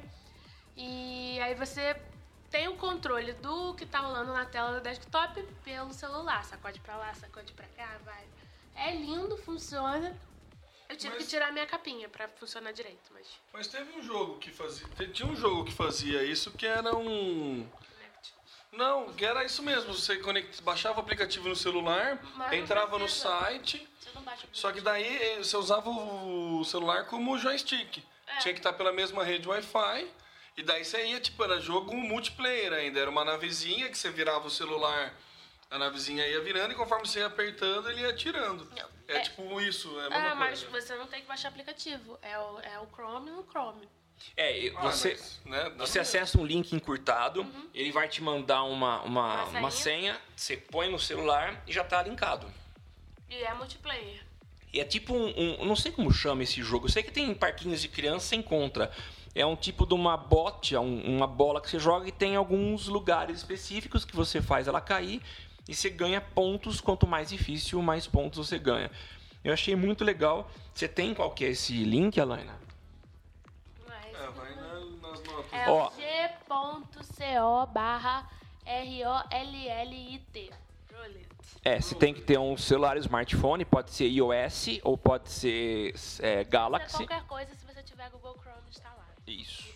E aí você tem o controle do que tá rolando na tela do desktop pelo celular. Sacode pra lá, sacode pra cá, vai. É lindo, funciona. Eu tive Mas- que tirar minha capinha pra funcionar direito, mas... Mas teve um jogo que fazia... te- Tinha um jogo que fazia isso que era um... Não, que era isso mesmo. Você conect... baixava o aplicativo no celular, Mas não entrava no precisa. site... Você não baixa o Só que daí eh, você usava o celular como joystick. É. Tinha que estar pela mesma rede Wi-Fi. E daí você ia, tipo, era jogo multiplayer ainda. Era uma navezinha que você virava o celular, a navezinha ia virando e conforme você ia apertando, ele ia tirando. Não, É, é- tipo isso, é a mesma Ah, mas coisa. você não tem que baixar aplicativo. É o, é o Chrome no Chrome. É, e Ah, você, mas, né, dá você pra- acessa um link encurtado, ele vai te mandar uma, uma, Uma uma senha. senha, você põe no celular e já tá linkado. E é multiplayer. E é tipo um, um- não sei como chama esse jogo, eu sei que tem em parquinhos de criança, você encontra. É um tipo de uma bote, um- uma bola que você joga e tem alguns lugares específicos que você faz ela cair e você ganha pontos, quanto mais difícil, mais pontos você ganha. Eu achei muito legal. Você tem qual que é esse link, Alaina? Mas É, vai na- nas notas. é Ó. o g.co barra R-O-L-L-I-T. Roulette. É, você tem que ter um celular smartphone, pode ser iOS ou pode ser é, Isso é Galaxy. qualquer coisa se você tiver Google Chrome instalado. Isso.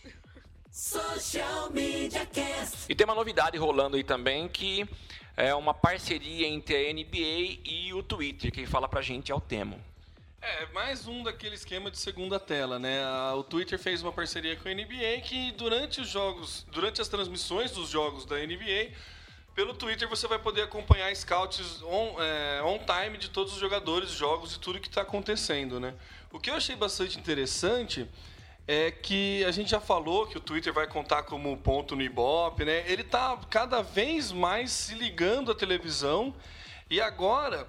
Social Media Cast. E tem uma novidade rolando aí também, que é uma parceria entre a N B A e o Twitter. Quem fala pra gente é o Temo. É, mais um daquele esquema de segunda tela, né? A- O Twitter fez uma parceria com a N B A que durante os jogos, durante as transmissões dos jogos da N B A, pelo Twitter você vai poder acompanhar scouts on, é, on time de todos os jogadores, jogos e tudo que está acontecendo, né? O que eu achei bastante interessante é que a gente já falou que o Twitter vai contar como ponto no Ibope, né? Ele está cada vez mais se ligando à televisão e agora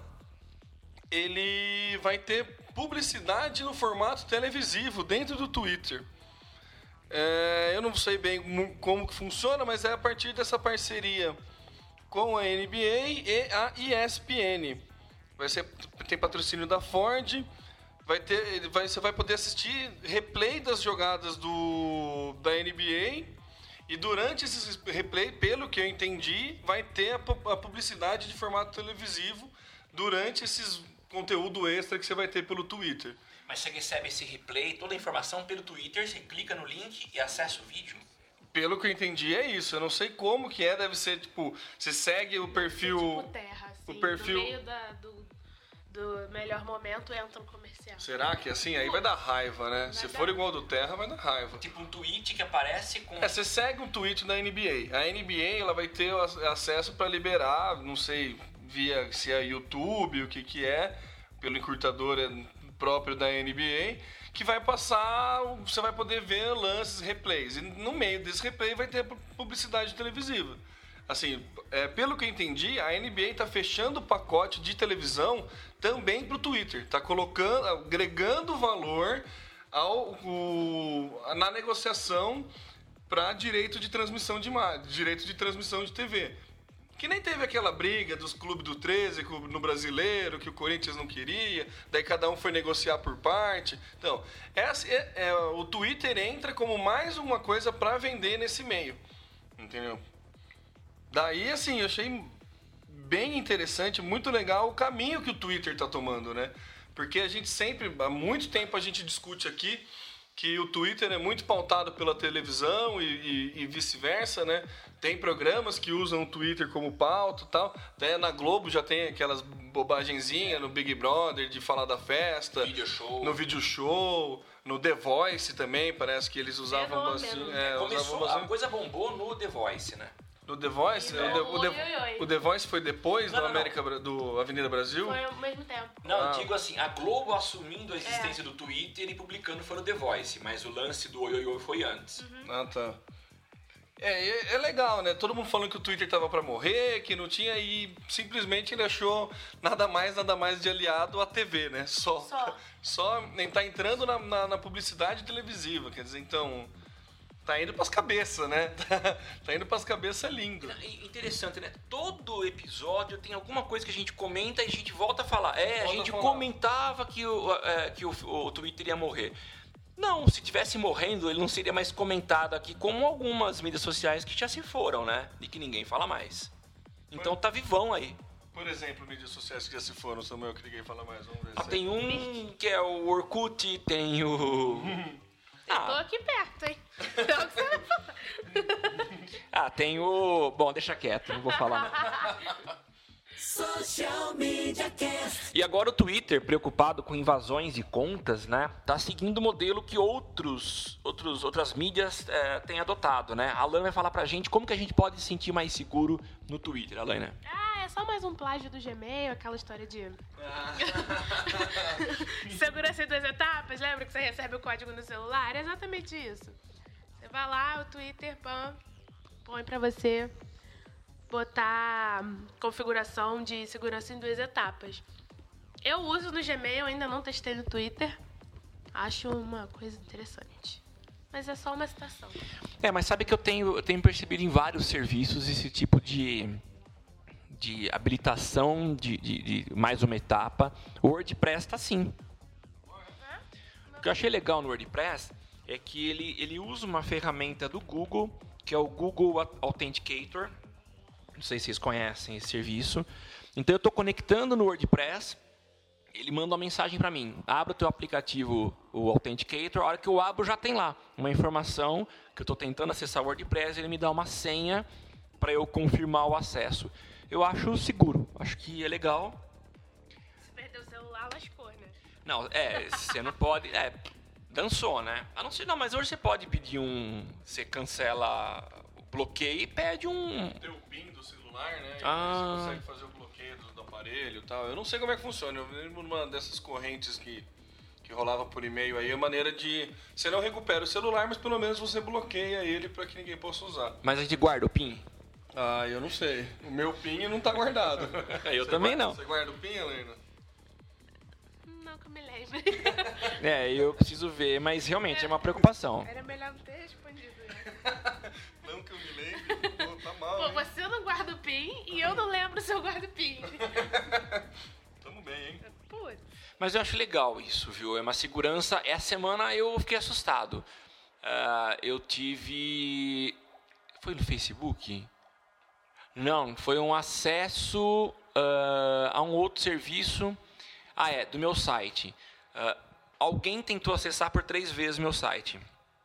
ele vai ter publicidade no formato televisivo dentro do Twitter. É, eu não sei bem mu- como que funciona, mas é a partir dessa parceria com a N B A e a E S P N. Vai ser, tem patrocínio da Ford, vai ter, vai, você vai poder assistir replay das jogadas do, da N B A e durante esses replay, pelo que eu entendi, vai ter a, pu- a publicidade de formato televisivo durante esses conteúdo extra que você vai ter pelo Twitter. Mas você recebe esse replay, toda a informação pelo Twitter, você clica no link e acessa o vídeo? Pelo que eu entendi, é isso. Eu não sei como que é, deve ser, tipo, você segue o perfil... Tipo terra, assim, o perfil... no meio da, do, do melhor momento entra um comercial. Será que assim? Aí vai dar raiva, né? Vai Se dar. for igual ao do Terra, vai dar raiva. Tipo um tweet que aparece com... É, você segue um tweet da N B A. A N B A, ela vai ter o ac- acesso para liberar, não sei, via se é YouTube, o que que é, pelo encurtador é próprio da N B A, que vai passar, você vai poder ver lances, replays. E no meio desse replay vai ter publicidade televisiva. Assim, é, pelo que eu entendi, a N B A está fechando o pacote de televisão também para o Twitter. Está colocando, agregando valor ao, o, na negociação para direito de transmissão de imagem, direito de transmissão de T V. Que nem teve aquela briga dos clubes do treze no Brasileiro, que o Corinthians não queria, daí cada um foi negociar por parte. Então, essa, é, é, o Twitter entra como mais uma coisa para vender nesse meio, entendeu? Daí, assim, eu achei bem interessante, muito legal o caminho que o Twitter está tomando, né? Porque a gente sempre, há muito tempo a gente discute aqui que o Twitter é muito pautado pela televisão e, e, e vice-versa, né? Tem programas que usam o Twitter como pauta e tal. Até na Globo já tem aquelas bobagenzinhas no Big Brother de falar da festa. Video show. No video show. No The Voice também, parece que eles usavam Fenômeno. bastante. É, Começou, usavam a bastante. coisa bombou no The Voice, né? No The Voice? E O, no The, o, The, Oi, Oi, Oi. o The Voice foi depois Não, do, não, não. América, Bra- do Avenida Brasil? Foi ao mesmo tempo. Não, Ah. eu digo assim, a Globo assumindo a existência do Twitter e publicando foi no The Voice, mas o lance do Oi Oi Oi foi antes. Ah, tá. É, é, é legal, né? Todo mundo falando que o Twitter tava pra morrer, que não tinha, e simplesmente ele achou nada mais, nada mais de aliado à T V, né? Só. Só. Só nem tá entrando na, na, na publicidade televisiva, quer dizer, então. Tá indo pras cabeças, né? Tá indo pras cabeças lindo. É interessante, né? Todo episódio tem alguma coisa que a gente comenta e a gente volta a falar. É, a Volta gente a falar. comentava que, o, é, que o, o Twitter ia morrer. Não, se tivesse morrendo, ele não seria mais comentado aqui, como algumas mídias sociais que já se foram, né? E que ninguém fala mais. Então tá vivão aí. Por exemplo, mídias sociais que já se foram, Samuel, que ninguém fala mais. Vamos ver. Ah, se- tem um que é o Orkut, tem o... Eu tô Ah, aqui perto, hein? Então, que você vai falar. ah, tem o... Bom, deixa quieto, não vou falar não. Social Media Cast. E agora o Twitter, preocupado com invasões de contas, né, tá seguindo o modelo que outros, outros, outras mídias é, têm adotado, né? A Alana vai falar pra gente como que a gente pode se sentir mais seguro no Twitter, Alana. Ah, é só mais um plágio do Gmail, aquela história de... Segurança em duas etapas, lembra que você recebe o código no celular? É exatamente isso. Você vai lá, o Twitter, pam, põe pra você botar configuração de segurança em duas etapas. Eu uso no Gmail, ainda não testei no Twitter. Acho uma coisa interessante. Mas é só uma citação. É, mas sabe que eu tenho, eu tenho percebido em vários serviços esse tipo de, de habilitação de, de, de mais uma etapa. O WordPress tá sim. O que eu achei legal no WordPress é que ele, ele usa uma ferramenta do Google, que é o Google Authenticator. Não sei se vocês conhecem esse serviço. Então eu estou conectando no WordPress, ele manda uma mensagem para mim. Abra o teu aplicativo, o Authenticator. A hora que eu abro, já tem lá uma informação que eu estou tentando acessar o WordPress. Ele me dá uma senha para eu confirmar o acesso. Eu acho seguro, acho que é legal. Se perder o celular, lascou, né? Não, é, você não pode... É, dançou, né? A não ser, não, mas hoje você pode pedir um... Você cancela o bloqueio e pede um... Tem o PIN do celular, né? E Ah. você consegue fazer o bloqueio do, do aparelho e tal. Eu não sei como é que funciona. Eu lembro numa dessas correntes que, que rolava por e-mail aí, a maneira de... Você não recupera o celular, mas pelo menos você bloqueia ele para que ninguém possa usar. Mas a gente guarda o PIN? Ah, eu não sei. O meu PIN não tá guardado. Eu Você também guarda- não. Você guarda o PIN, Helena? Não que eu me lembre. É, eu preciso ver, mas realmente é uma preocupação. Era melhor não ter respondido. Né? Não que eu me lembre. Pô, tá mal, Pô, hein? você não guarda o PIN e eu não lembro se eu guardo o PIN. Tamo bem, hein? Putz. Mas eu acho legal isso, viu? É uma segurança. Essa semana eu fiquei assustado. Ah, eu tive... Foi no Facebook? Não, foi um acesso ah, a um outro serviço. Ah, é, do meu site. Ah, alguém tentou acessar por três vezes meu site.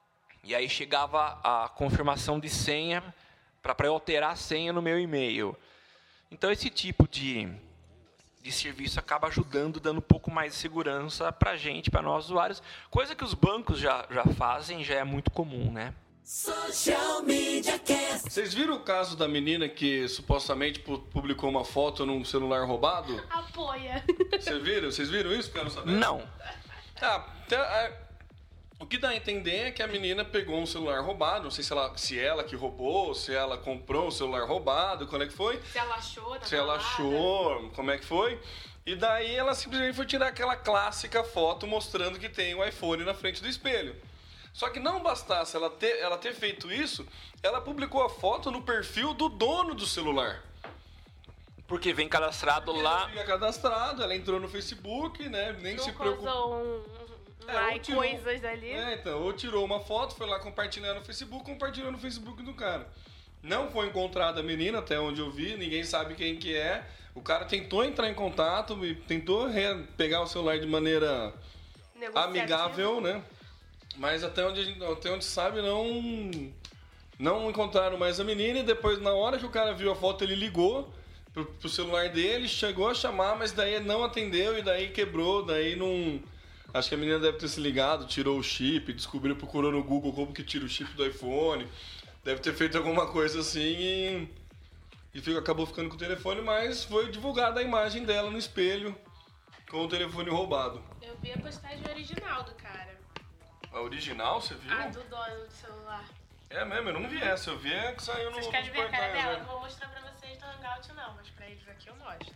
E aí chegava a confirmação de senha para eu alterar a senha no meu e-mail. Então, esse tipo de, de serviço acaba ajudando, dando um pouco mais de segurança para a gente, para nós usuários. Coisa que os bancos já, já fazem, já é muito comum, né? Social Media Cast. Vocês viram o caso da menina que supostamente pu- publicou uma foto num celular roubado? Apoia. Vocês viram? Vocês viram isso? Quero saber. Não. Ah, tá, é, o que dá a entender é que a menina pegou um celular roubado. Não sei se ela, se ela que roubou, se ela comprou um celular roubado, quando é que foi? Se ela achou, tá Se ela balada. achou, como é que foi? E daí ela simplesmente foi tirar aquela clássica foto mostrando que tem o iPhone na frente do espelho. Só que não bastasse ela ter, ela ter feito isso, ela publicou a foto no perfil do dono do celular. Porque vem cadastrado lá. Ela fica cadastrado, ela entrou no Facebook, né? Nem se Nunca preocupou. usou um, um É, like, ou tirou- coisas ali. É, então, ou tirou uma foto, foi lá compartilhar no Facebook, compartilhou no Facebook do cara. Não foi encontrada a menina, até onde eu vi, ninguém sabe quem que é. O cara tentou entrar em contato, e tentou re- pegar o celular de maneira Negociativa. amigável, né? Mas até onde, a gente, até onde sabe, não, não encontraram mais a menina. E depois, na hora que o cara viu a foto, ele ligou pro, pro celular dele, chegou a chamar, mas daí não atendeu e daí quebrou, daí não... Acho que a menina deve ter se ligado, tirou o chip, descobriu, procurou no Google como que tira o chip do iPhone. Deve ter feito alguma coisa assim e, e fica, acabou ficando com o telefone, mas foi divulgada a imagem dela no espelho com o telefone roubado. Eu vi a postagem original do cara. A original, você viu? A do dono do celular. É mesmo, eu não vi essa, eu vi a que saiu no Vocês nos querem ver a cara portais, dela? Eu né? não vou mostrar pra vocês no Hangout não, mas pra eles aqui eu mostro.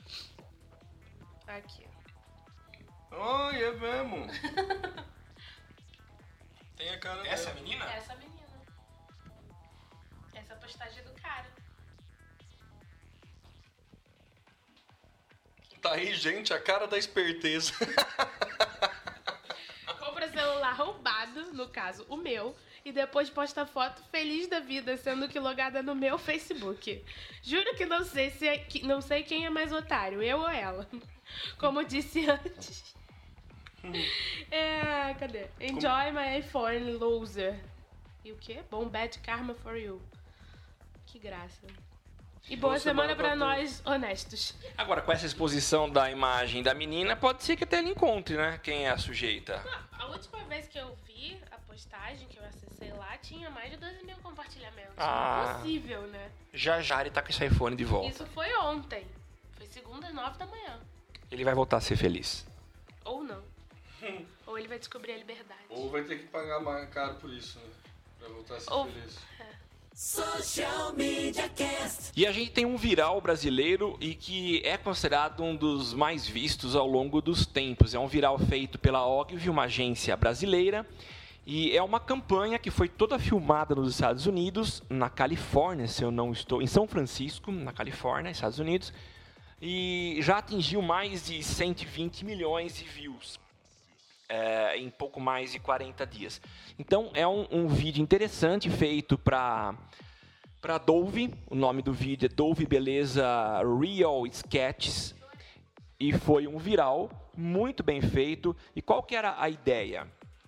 Aqui. Ai, é mesmo. Tem a cara Essa é a dela. menina? Essa menina. Essa postagem é do cara. Tá aí, gente, a cara da esperteza. Compra celular roubado, no caso o meu, e depois posta foto feliz da vida, sendo que logada no meu Facebook. Juro que não sei se é, que, não sei quem é mais otário, eu ou ela. Como disse antes. É, cadê? Enjoy my iPhone, loser. E o quê? Bom bad karma for you. Que graça. E boa, Boa semana, semana pra pra nós honestos. Agora, com essa exposição da imagem da menina, pode ser que até ele encontre, né? Quem é a sujeita. A última vez que eu vi a postagem, que eu acessei lá, tinha mais de doze mil compartilhamentos. Ah. Impossível, né? Já já ele tá com esse iPhone de volta. Isso foi ontem. Foi segunda, nove da manhã. Ele vai voltar a ser feliz. Ou não. Ou ele vai descobrir a liberdade. Ou vai ter que pagar mais caro por isso, né? Pra voltar a ser Ou- feliz. Social Media Cast. E a gente tem um viral brasileiro e que é considerado um dos mais vistos ao longo dos tempos. É um viral feito pela Ogilvy, uma agência brasileira, e é uma campanha que foi toda filmada nos Estados Unidos, na Califórnia, se eu não estou, em São Francisco, na Califórnia, Estados Unidos, e já atingiu mais de cento e vinte milhões de views. É, em pouco mais de quarenta dias. Então, é um, um vídeo interessante feito para para Dove. O nome do vídeo é Dove Beleza Real Sketches. E foi um viral muito bem feito. E qual que era a ideia?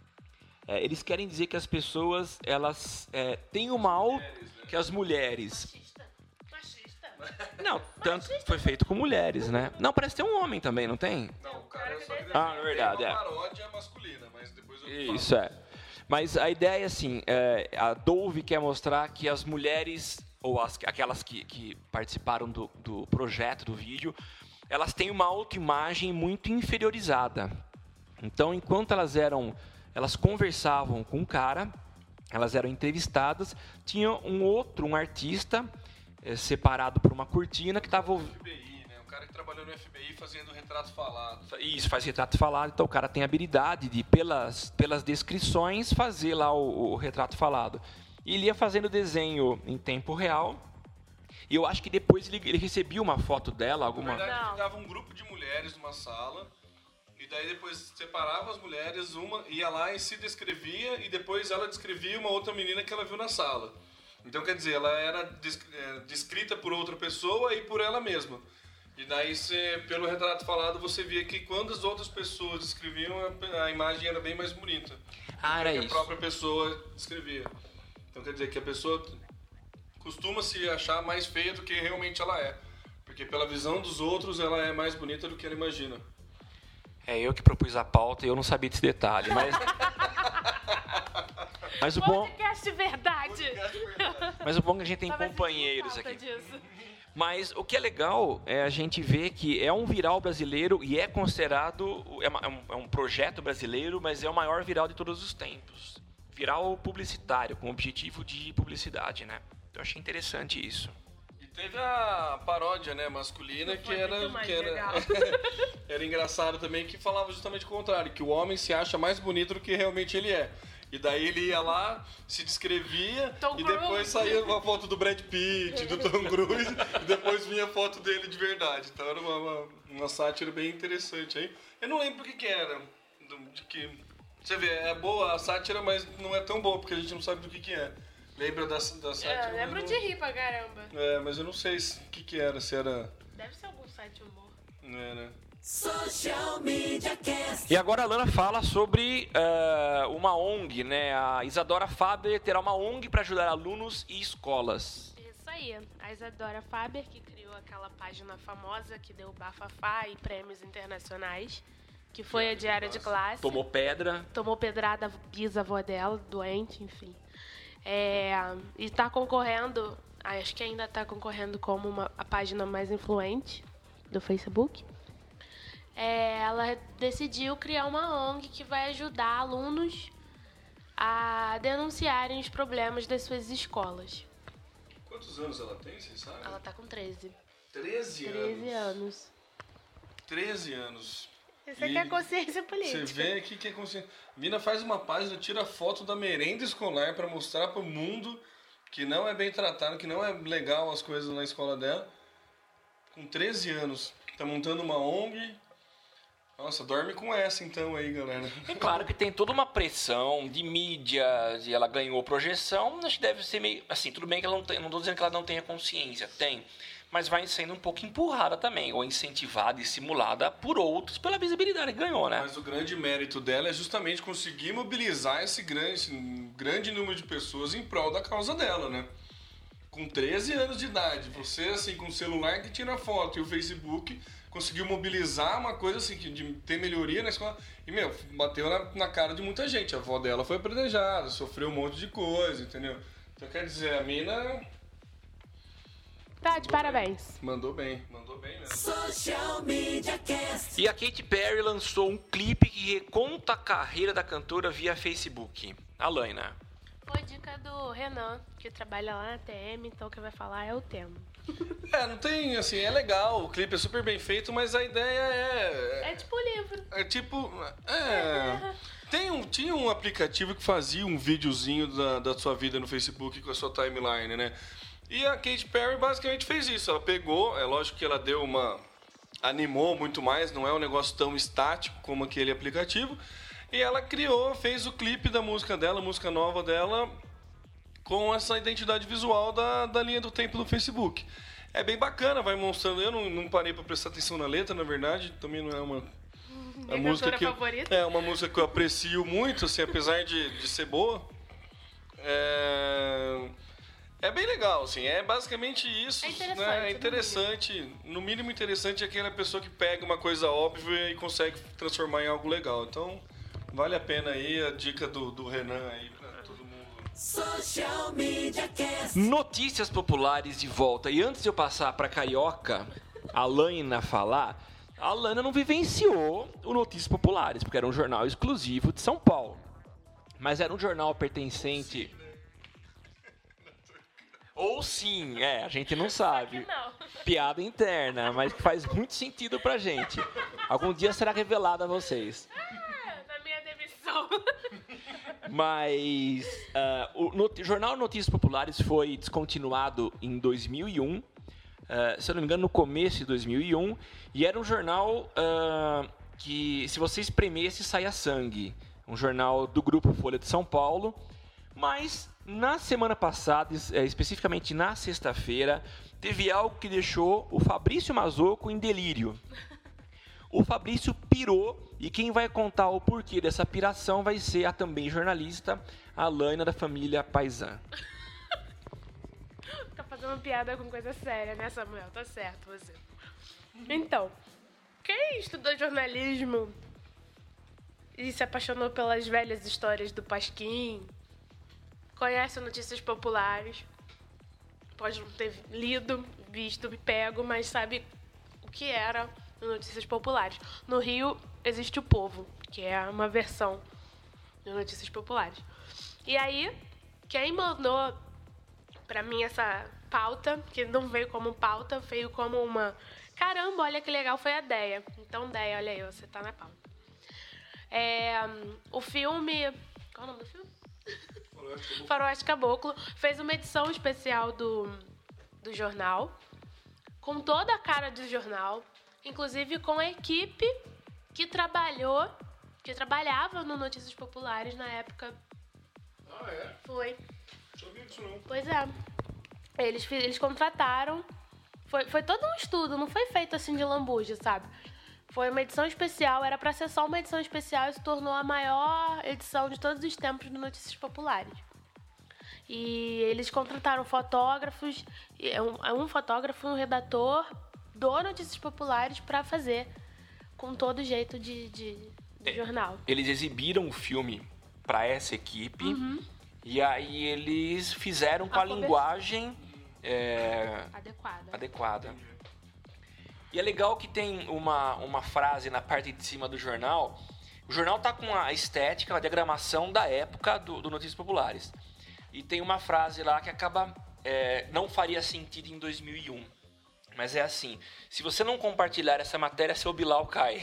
É, eles querem dizer que as pessoas, elas é, têm uma auto... Que as mulheres... Machista? Machista? Não, tanto que foi feito com mulheres, né? Não, parece ter um homem também, não tem? Não, o cara só que Ah, é verdade, tem é. uma paródia masculina, mas depois eu falo. Isso é. Mas a ideia é assim, é, a Dove quer mostrar que as mulheres, ou as, aquelas que, que participaram do, do projeto, do vídeo, elas têm uma autoimagem muito inferiorizada. Então, enquanto elas eram, elas conversavam com um cara, elas eram entrevistadas, tinha um outro, um artista, é, separado por uma cortina, que estava F B I, né? O cara que trabalhou no F B I fazendo retrato falado. Isso, faz retrato falado, então o cara tem a habilidade de, pelas, pelas descrições, fazer lá o, o retrato falado. E ele ia fazendo desenho em tempo real, e eu acho que depois ele, ele recebia uma foto dela, Na alguma... verdade, Não. ficava um grupo de mulheres numa sala, e daí depois separava as mulheres, uma ia lá e se descrevia, e depois ela descrevia uma outra menina que ela viu na sala. Então, quer dizer, ela era des- é, descrita por outra pessoa e por ela mesma. E daí, você, pelo retrato falado, você via que quando as outras pessoas escreviam, a, a imagem era bem mais bonita. Ah, era que isso. a própria pessoa escrevia. Então quer dizer que a pessoa costuma se achar mais feia do que realmente ela é. Porque pela visão dos outros, ela é mais bonita do que ela imagina. É eu que propus a pauta e eu não sabia desse detalhe, mas... mas o bom... Podcast de verdade. Mas o bom é que a gente tem Talvez companheiros sinta aqui. falta disso. Mas o que é legal é a gente ver que é um viral brasileiro e é considerado, é, uma, é, um, é um projeto brasileiro, mas é o maior viral de todos os tempos. Viral publicitário, com objetivo de publicidade, né? Eu achei interessante isso. E teve a paródia, né, masculina, que Foi era, muito mais que era, legal. era engraçado também, que falava justamente o contrário, que o homem se acha mais bonito do que realmente ele é. E daí ele ia lá, se descrevia, Tom e depois Cruise. saía uma foto do Brad Pitt, do Tom Cruise, e depois vinha a foto dele de verdade. Então era uma, uma, uma sátira bem interessante aí. Eu não lembro o que que era, do- de que... Você vê, é boa a sátira, mas não é tão boa, porque a gente não sabe do que que é. Lembra da, da sátira? É, mas lembro não- de rir pra caramba. É, mas eu não sei se- o que que era, se era... Deve ser algum site humor. É, né? Social Media Cast. E agora a Lana fala sobre eh, uma O N G, né? A Isadora Faber terá uma O N G para ajudar alunos e escolas. Isso aí. A Isadora Faber, que criou aquela página famosa que deu bafafá e prêmios internacionais, que foi a Diária de Classe. Tomou pedra. Tomou pedrada bisavó dela, doente, enfim. É, e está concorrendo, acho que ainda está concorrendo como uma, a página mais influente do Facebook. É, ela decidiu criar uma O N G que vai ajudar alunos a denunciarem os problemas das suas escolas. Quantos anos ela tem, vocês sabem? Ela tá com treze. treze anos. treze anos. treze anos. Isso aqui E é consciência Você política. vê aqui que é consciente. Mina faz uma página, tira foto da merenda escolar pra mostrar pro mundo que não é bem tratado, que não é legal as coisas na escola dela. Com treze anos. Tá montando uma O N G. Nossa, dorme com essa então aí, galera. É claro que tem toda uma pressão de mídia, e ela ganhou projeção, acho que deve ser meio... Assim, tudo bem que ela não tem... Não estou dizendo que ela não tenha consciência, tem. Mas vai sendo um pouco empurrada também, ou incentivada e simulada por outros, pela visibilidade que ganhou, né? Mas o grande mérito dela é justamente conseguir mobilizar esse grande, esse grande número de pessoas em prol da causa dela, né? Com treze anos de idade, você assim, com o celular que tira foto e o Facebook, conseguiu mobilizar uma coisa assim, que de ter melhoria na escola. E, meu, bateu na, na cara de muita gente. A avó dela foi apredejada, sofreu um monte de coisa, entendeu? Então, quer dizer, a mina... Tá, de parabéns. Mandou bem, mandou bem mesmo. Social Media Cast. E a Katy Perry lançou um clipe que reconta a carreira da cantora via Facebook. A Laina. Foi dica do Renan, que trabalha lá na T M, então quem vai falar é o Temo. É, não tem, assim, é legal, o clipe é super bem feito, mas a ideia é... É tipo livro. É tipo. É. Tem um, tinha um aplicativo que fazia um videozinho da, da sua vida no Facebook com a sua timeline, né? E a Katy Perry basicamente fez isso. Ela pegou, é lógico que ela deu uma. Animou muito mais, não é um negócio tão estático como aquele aplicativo. E ela criou, fez o clipe da música dela, a música nova dela, com essa identidade visual da, da linha do tempo do Facebook. É bem bacana, vai mostrando. Eu não, não parei pra prestar atenção na letra, na verdade, também não é uma. Minha A música cantora que eu- favorita. É uma música que eu aprecio muito, assim, apesar de, de ser boa. É... é bem legal, assim, é basicamente isso. É interessante, né? É no interessante. No mínimo interessante é aquela pessoa que pega uma coisa óbvia e consegue transformar em algo legal. Então, vale a pena aí a dica do, do Renan aí pra todo mundo. Social Media Cast. Notícias populares de volta. E antes de eu passar para Carioca, a Laina falar, a Lana não vivenciou o Notícias Populares, porque era um jornal exclusivo de São Paulo. Mas era um jornal pertencente... Ou sim, é, a gente não sabe. Que não. Piada interna, mas que faz muito sentido pra gente. Algum dia será revelado a vocês. Ah, na minha demissão. Mas ah, o not- Jornal Notícias Populares foi descontinuado em dois mil e um, ah, se eu não me engano, no começo de dois mil e um, e era um jornal ah, que, se você espremesse, saía sangue. Um jornal do Grupo Folha de São Paulo, Mas na semana passada, é, especificamente na sexta-feira, teve algo que deixou o Fabrício Mazzocco em delírio. O Fabrício pirou e quem vai contar o porquê dessa piração vai ser a também jornalista Alaina da família Paisan. Tá fazendo piada com coisa séria, né, Samuel? Tá certo você. Então, quem estudou jornalismo e se apaixonou pelas velhas histórias do Pasquim, conhece Notícias Populares, pode não ter lido, visto, pego, mas sabe o que era Notícias Populares. No Rio existe o Povo, que é uma versão de Notícias Populares. E aí, quem mandou pra mim essa pauta, que não veio como pauta, veio como uma... Caramba, olha que legal, foi a Deia. Então, Deia, olha aí, você tá na pauta. É, o filme... Qual é o nome do filme? Faroeste Caboclo. Fez uma edição especial do, do jornal, com toda a cara do jornal, inclusive com a equipe que trabalhou, que trabalhava no Notícias Populares na época. Ah, é? Foi. Não sabia disso não. Pois é. Eles, fi- eles contrataram. Foi, foi todo um estudo, não foi feito assim de lambuja, sabe? Foi uma edição especial, era pra ser só uma edição especial e se tornou a maior edição de todos os tempos do Notícias Populares. E eles contrataram fotógrafos, e é um, é um fotógrafo e um redator do Notícias Populares pra fazer com todo jeito de, de, de jornal. Eles exibiram o filme para essa equipe e aí eles fizeram com a, A conversa- linguagem é, Adequada. adequada. E é legal que tem uma, uma frase na parte de cima do jornal. O jornal tá com a estética, a diagramação da época do, do Notícias Populares. E tem uma frase lá que acaba... é, não faria sentido em dois mil e um. Mas é assim: se você não compartilhar essa matéria, seu Bilal cai.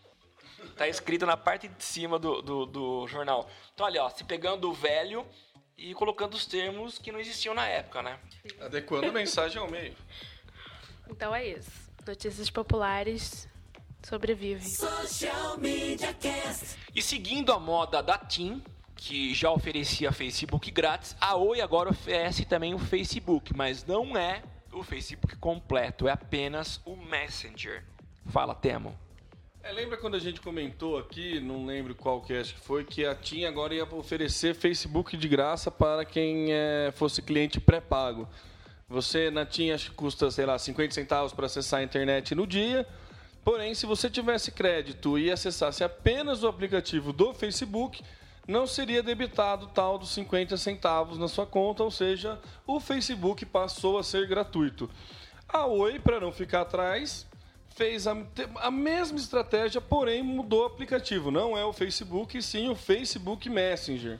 Tá escrito na parte de cima do, do, do jornal. Então, olha, ó, se pegando o velho e colocando os termos que não existiam na época, né? Adequando a mensagem ao meio. Então é isso. Notícias Populares sobrevive. Social Media Cast. E seguindo a moda da TIM, que já oferecia Facebook grátis, a Oi agora oferece também o Facebook, mas não é o Facebook completo, é apenas o Messenger. Fala, Temo. É, lembra quando a gente comentou aqui, não lembro qual que acho que foi, que a TIM agora ia oferecer Facebook de graça para quem é, fosse cliente pré-pago. Você na TIM acho que custa, sei lá, cinquenta centavos para acessar a internet no dia. Porém, se você tivesse crédito e acessasse apenas o aplicativo do Facebook, não seria debitado tal dos cinquenta centavos na sua conta, ou seja, o Facebook passou a ser gratuito. A Oi, para não ficar atrás, fez a, a mesma estratégia, porém mudou o aplicativo. Não é o Facebook, sim o Facebook Messenger.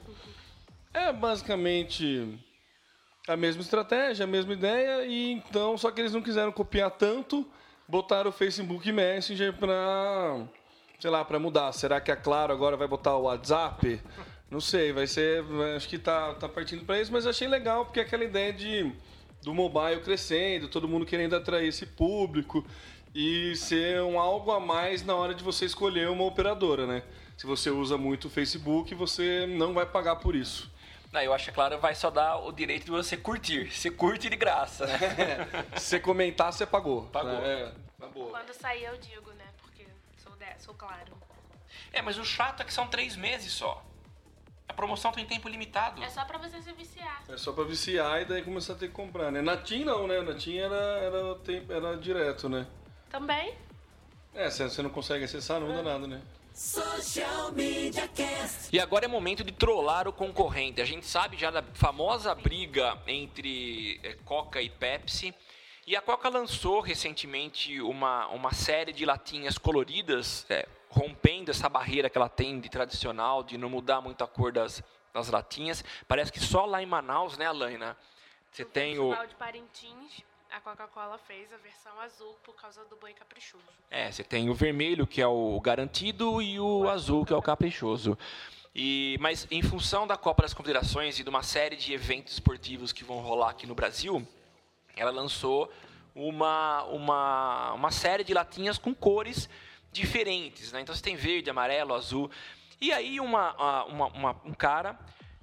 É basicamente a mesma estratégia, a mesma ideia, e então, só que eles não quiseram copiar tanto, botaram o Facebook Messenger para, sei lá, para mudar. Será que a Claro agora vai botar o WhatsApp? Não sei, vai ser, acho que tá, tá partindo para isso, mas achei legal porque é aquela ideia de do mobile crescendo, todo mundo querendo atrair esse público e ser um algo a mais na hora de você escolher uma operadora, né? Se você usa muito o Facebook, você não vai pagar por isso. Não, eu acho que a Claro vai só dar o direito de você curtir. Você curte de graça, né? Se você comentar, você pagou. Pagou. É, tá boa. Quando sair eu digo, né? Porque sou, de, sou claro. É, mas o chato é que são três meses só. A promoção tem tempo limitado. É só pra você se viciar. É só pra viciar e daí começar a ter que comprar, né? Na TIM não, né? Na TIM era, era, tempo- era direto, né? Também. É, se você não consegue acessar, não dá nada, né? Social Media Cast. E agora é momento de trollar o concorrente. A gente sabe já da famosa briga entre eh, Coca e Pepsi. E a Coca lançou recentemente uma, uma série de latinhas coloridas, eh, rompendo essa barreira que ela tem de tradicional, de não mudar muito a cor das, das latinhas. Parece que só lá em Manaus, né, Alaina? Você No tem o... Festival de Parintins, a Coca-Cola fez a versão azul por causa do boi caprichoso. É, você tem o vermelho, que é o garantido, e o azul, que é o caprichoso. E, mas em função da Copa das Confederações e de uma série de eventos esportivos que vão rolar aqui no Brasil, ela lançou uma, uma, uma série de latinhas com cores diferentes, né? Então você tem verde, amarelo, azul. E aí uma, uma, uma, um cara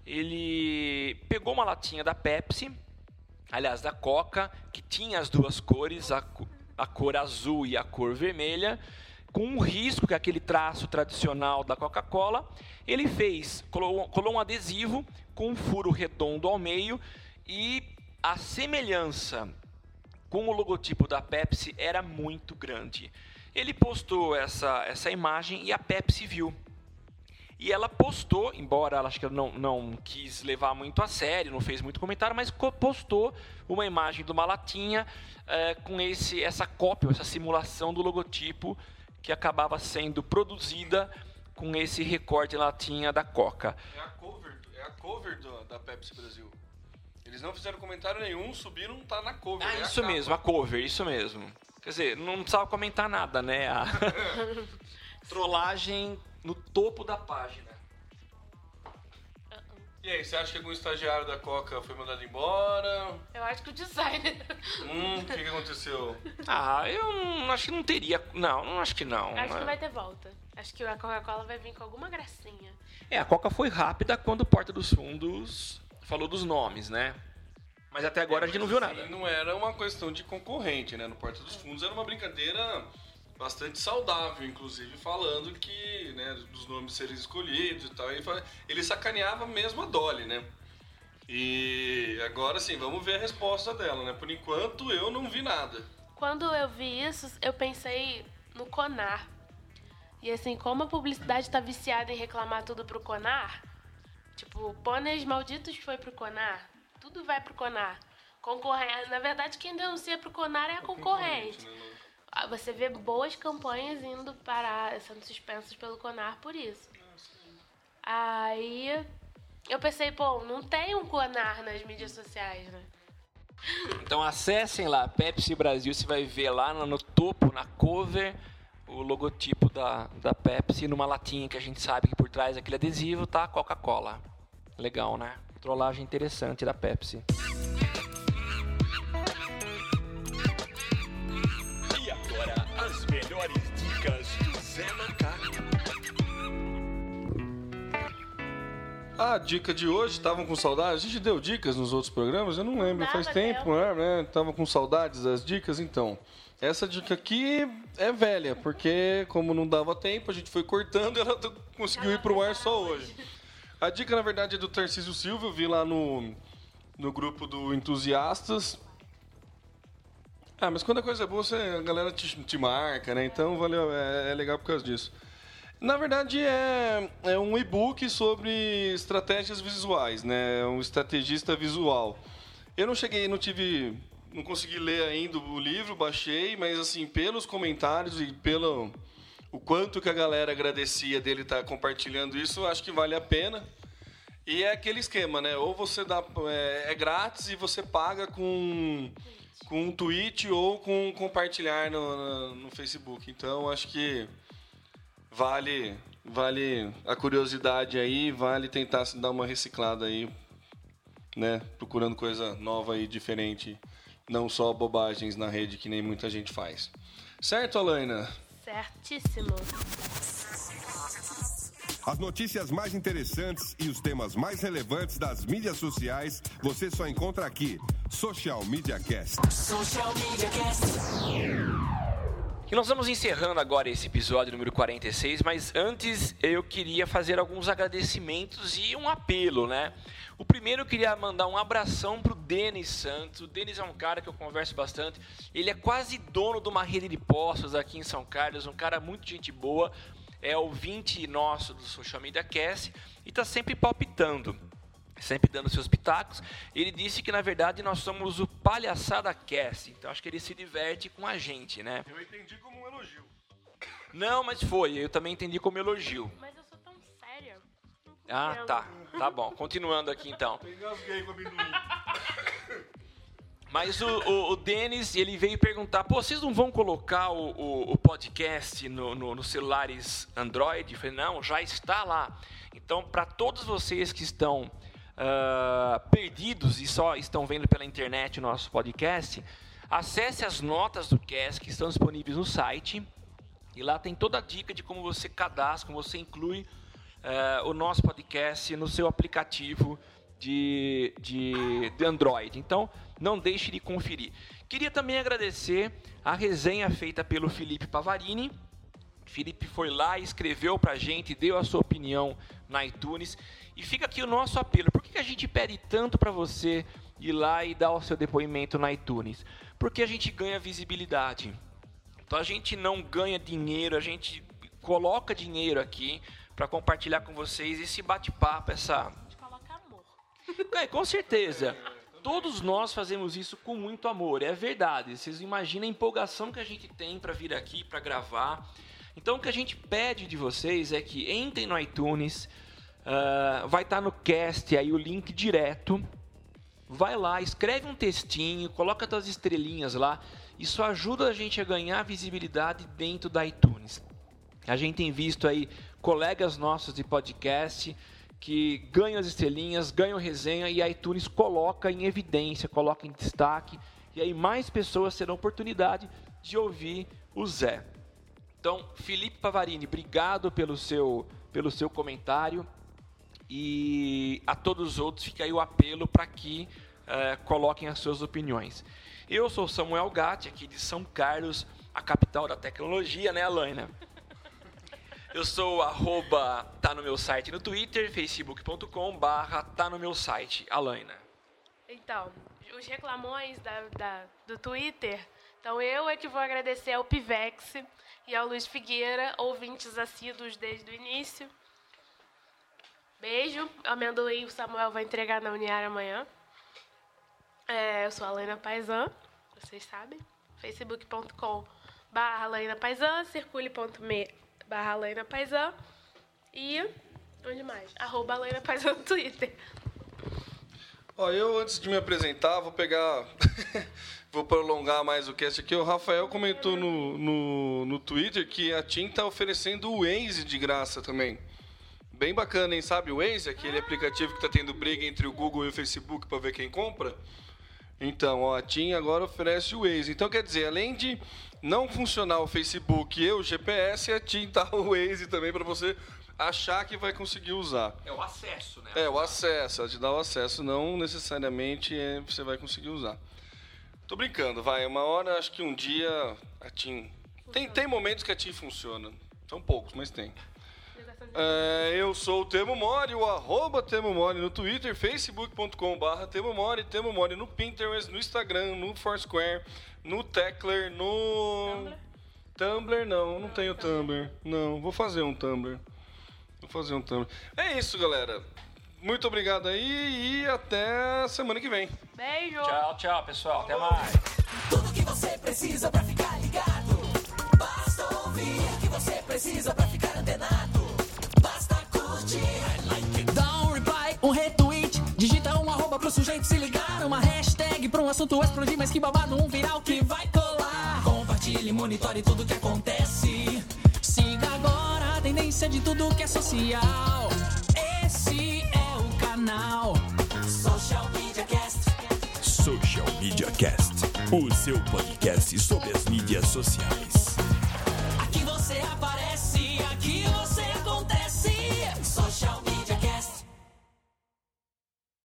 ele pegou uma latinha da Pepsi, aliás, da Coca, que tinha as duas cores, a, a cor azul e a cor vermelha, com um risco, que é aquele traço tradicional da Coca-Cola. Ele fez, colou, colou um adesivo com um furo redondo ao meio, e a semelhança com o logotipo da Pepsi era muito grande. Ele postou essa, essa imagem e a Pepsi viu. E ela postou, embora ela acho que não, não quis levar muito a sério, não fez muito comentário, mas postou uma imagem de uma latinha é, com esse, essa cópia, essa simulação do logotipo que acabava sendo produzida com esse recorte latinha da Coca. É a cover, é a cover do, da Pepsi Brasil. Eles não fizeram comentário nenhum, subiram, tá na cover. Ah, é isso a mesmo, a cover, isso mesmo. Quer dizer, não precisava comentar nada, né? A trollagem no topo da página. E aí, você acha que algum estagiário da Coca foi mandado embora? Eu acho que o designer. Hum, o que, que aconteceu? Ah, eu não, acho que não teria... Não, não acho que não. Acho que vai ter volta. Acho que a Coca-Cola vai vir com alguma gracinha. É, a Coca foi rápida quando o Porta dos Fundos falou dos nomes, né? Mas até agora é, a gente não viu assim, nada. Não era uma questão de concorrente, né? No Porta dos Fundos era uma brincadeira bastante saudável, inclusive falando que, né, dos nomes serem escolhidos e tal. E ele sacaneava mesmo a Dolly, né? E agora sim, vamos ver a resposta dela, né? Por enquanto eu não vi nada. Quando eu vi isso, eu pensei no Conar. E assim, como a publicidade tá viciada em reclamar tudo pro Conar, tipo, pôneis malditos foi pro Conar, tudo vai pro Conar. Concorrente, na verdade, quem denuncia pro Conar é a concorrente. concorrente né? Você vê boas campanhas indo parar, sendo suspensas pelo Conar por isso. Aí eu pensei, pô, não tem um Conar nas mídias sociais, né? Então acessem lá, Pepsi Brasil, você vai ver lá no, no topo, na cover, o logotipo da, da Pepsi, numa latinha que a gente sabe que por trás daquele adesivo tá Coca-Cola. Legal, né? Trollagem interessante da Pepsi. E agora, as melhores dicas do Zé Macaco. A dica de hoje, estavam com saudade? A gente deu dicas nos outros programas? Eu não lembro, Nada, faz tempo, deu. né? Estavam com saudades das dicas, então. Essa dica aqui é velha, porque como não dava tempo, a gente foi cortando e ela conseguiu ir pro ar só hoje. A dica, na verdade, é do Tarcísio Silva, eu vi lá no, no grupo do Entusiastas. Ah, mas quando a coisa é boa, você, a galera te, te marca, né? Então valeu, é, é legal por causa disso. Na verdade, é, é um e-book sobre estratégias visuais, né? É um estrategista visual. Eu não cheguei, não tive, não consegui ler ainda o livro, baixei, mas assim, pelos comentários e pelo o quanto que a galera agradecia dele estar compartilhando isso, acho que vale a pena. E é aquele esquema, né? Ou você dá, é, é grátis e você paga com, com um tweet ou com compartilhar no, no, no Facebook. Então, acho que vale, vale a curiosidade aí, vale tentar se dar uma reciclada aí, né? Procurando coisa nova e diferente, não só bobagens na rede que nem muita gente faz. Certo, Alaina? Certíssimo. As notícias mais interessantes e os temas mais relevantes das mídias sociais você só encontra aqui. Social Media Cast. Social Media Cast. E nós vamos encerrando agora esse episódio número quarenta e seis, mas antes eu queria fazer alguns agradecimentos e um apelo, né? O primeiro eu queria mandar um abração pro Denis Santos. O Denis é um cara que eu converso bastante. Ele é quase dono de uma rede de postos aqui em São Carlos, um cara muito gente boa, é ouvinte nosso do Social Media Cast e está sempre palpitando, sempre dando seus pitacos. Ele disse que na verdade nós somos o Palhaçada Cast, então acho que ele se diverte com a gente, né? Eu entendi como um elogio. Não, mas foi, eu também entendi como elogio. Mas eu sou tão séria. Ah, tá, tá bom, continuando aqui então. Eu engasguei com amendoim. Mas o, o, o Denis, ele veio perguntar, pô, vocês não vão colocar o, o, o podcast no, no, nos celulares Android? Eu falei, não, já está lá. Então, para todos vocês que estão uh, perdidos e só estão vendo pela internet o nosso podcast, acesse as notas do cast que estão disponíveis no site. E lá tem toda a dica de como você cadastra, como você inclui uh, o nosso podcast no seu aplicativo de, de, de Android. Então, não deixe de conferir. Queria também agradecer a resenha feita pelo Felipe Pavarini. Felipe foi lá, escreveu pra gente, deu a sua opinião na iTunes. E fica aqui o nosso apelo. Por que a gente pede tanto para você ir lá e dar o seu depoimento na iTunes? Porque a gente ganha visibilidade. Então a gente não ganha dinheiro, a gente coloca dinheiro aqui para compartilhar com vocês esse bate-papo, essa... A gente coloca amor. É, com certeza. Todos nós fazemos isso com muito amor, é verdade. Vocês imaginam a empolgação que a gente tem para vir aqui, para gravar. Então o que a gente pede de vocês é que entrem no iTunes, uh, vai estar no cast aí o link direto. Vai lá, escreve um textinho, coloca suas estrelinhas lá. Isso ajuda a gente a ganhar visibilidade dentro da iTunes. A gente tem visto aí colegas nossos de podcast que ganham as estrelinhas, ganham resenha e a iTunes coloca em evidência, coloca em destaque. E aí mais pessoas terão oportunidade de ouvir o Zé. Então, Felipe Pavarini, obrigado pelo seu, pelo seu comentário. E a todos os outros fica aí o apelo para que uh, coloquem as suas opiniões. Eu sou Samuel Gatti, aqui de São Carlos, a capital da tecnologia, né, Alaina? Eu sou arroba, tá no meu site no Twitter, facebook ponto com barra tá no meu site, Alaina. Então, os reclamões da, da, do Twitter, então eu é que vou agradecer ao Pivex e ao Luiz Figueira, ouvintes assíduos desde o início. Beijo. Amendoim o Samuel vai entregar na Uniara amanhã. É, eu sou a Alaina Paisan, vocês sabem. facebook ponto com barra Alaina Paisan, circule ponto me barra Alaina Paisan e onde mais? Arroba Alaina Paisan no Twitter. Ó, eu antes de me apresentar, vou pegar... vou prolongar mais o cast aqui. O Rafael comentou no, no, no Twitter que a TIM está oferecendo o Waze de graça também. Bem bacana, hein? Sabe o Waze? Aquele aplicativo que está tendo briga entre o Google e o Facebook para ver quem compra. Então, ó, a TIM agora oferece o Waze. Então, quer dizer, além de não funcionar o Facebook e o G P S, a TIM tá o Waze também para você achar que vai conseguir usar. É o acesso, né? É, o acesso. Ela te dá o acesso, não necessariamente você vai conseguir usar. Tô brincando, vai. Uma hora, acho que um dia a TIM... Tem, tem momentos que a TIM funciona. São poucos, mas tem. É, eu sou o Temo Mori, o arroba Temo Mori no Twitter, facebook ponto com barra Temo Mori, Temo Mori no Pinterest, no Instagram, no Foursquare, no Tecler, no... Tumblr? Tumblr não, não tenho Tumblr. Não, vou fazer um Tumblr. Vou fazer um Tumblr. É isso, galera. Muito obrigado aí e até semana que vem. Beijo! Tchau, tchau, pessoal. Até mais. Tudo que você precisa pra ficar ligado. Basta ouvir o que você precisa pra ficar antenado. Basta curtir. Dá um reply, um retweet. Digita um arroba pro sujeito se ligar. Uma hashtag pra um assunto explodir. Mas que babado, um viral que vai colar. Compartilhe, monitore tudo que acontece. Siga agora a tendência de tudo que é social. Esse é o canal Social Media Cast. Social Media Cast, o seu podcast sobre as mídias sociais.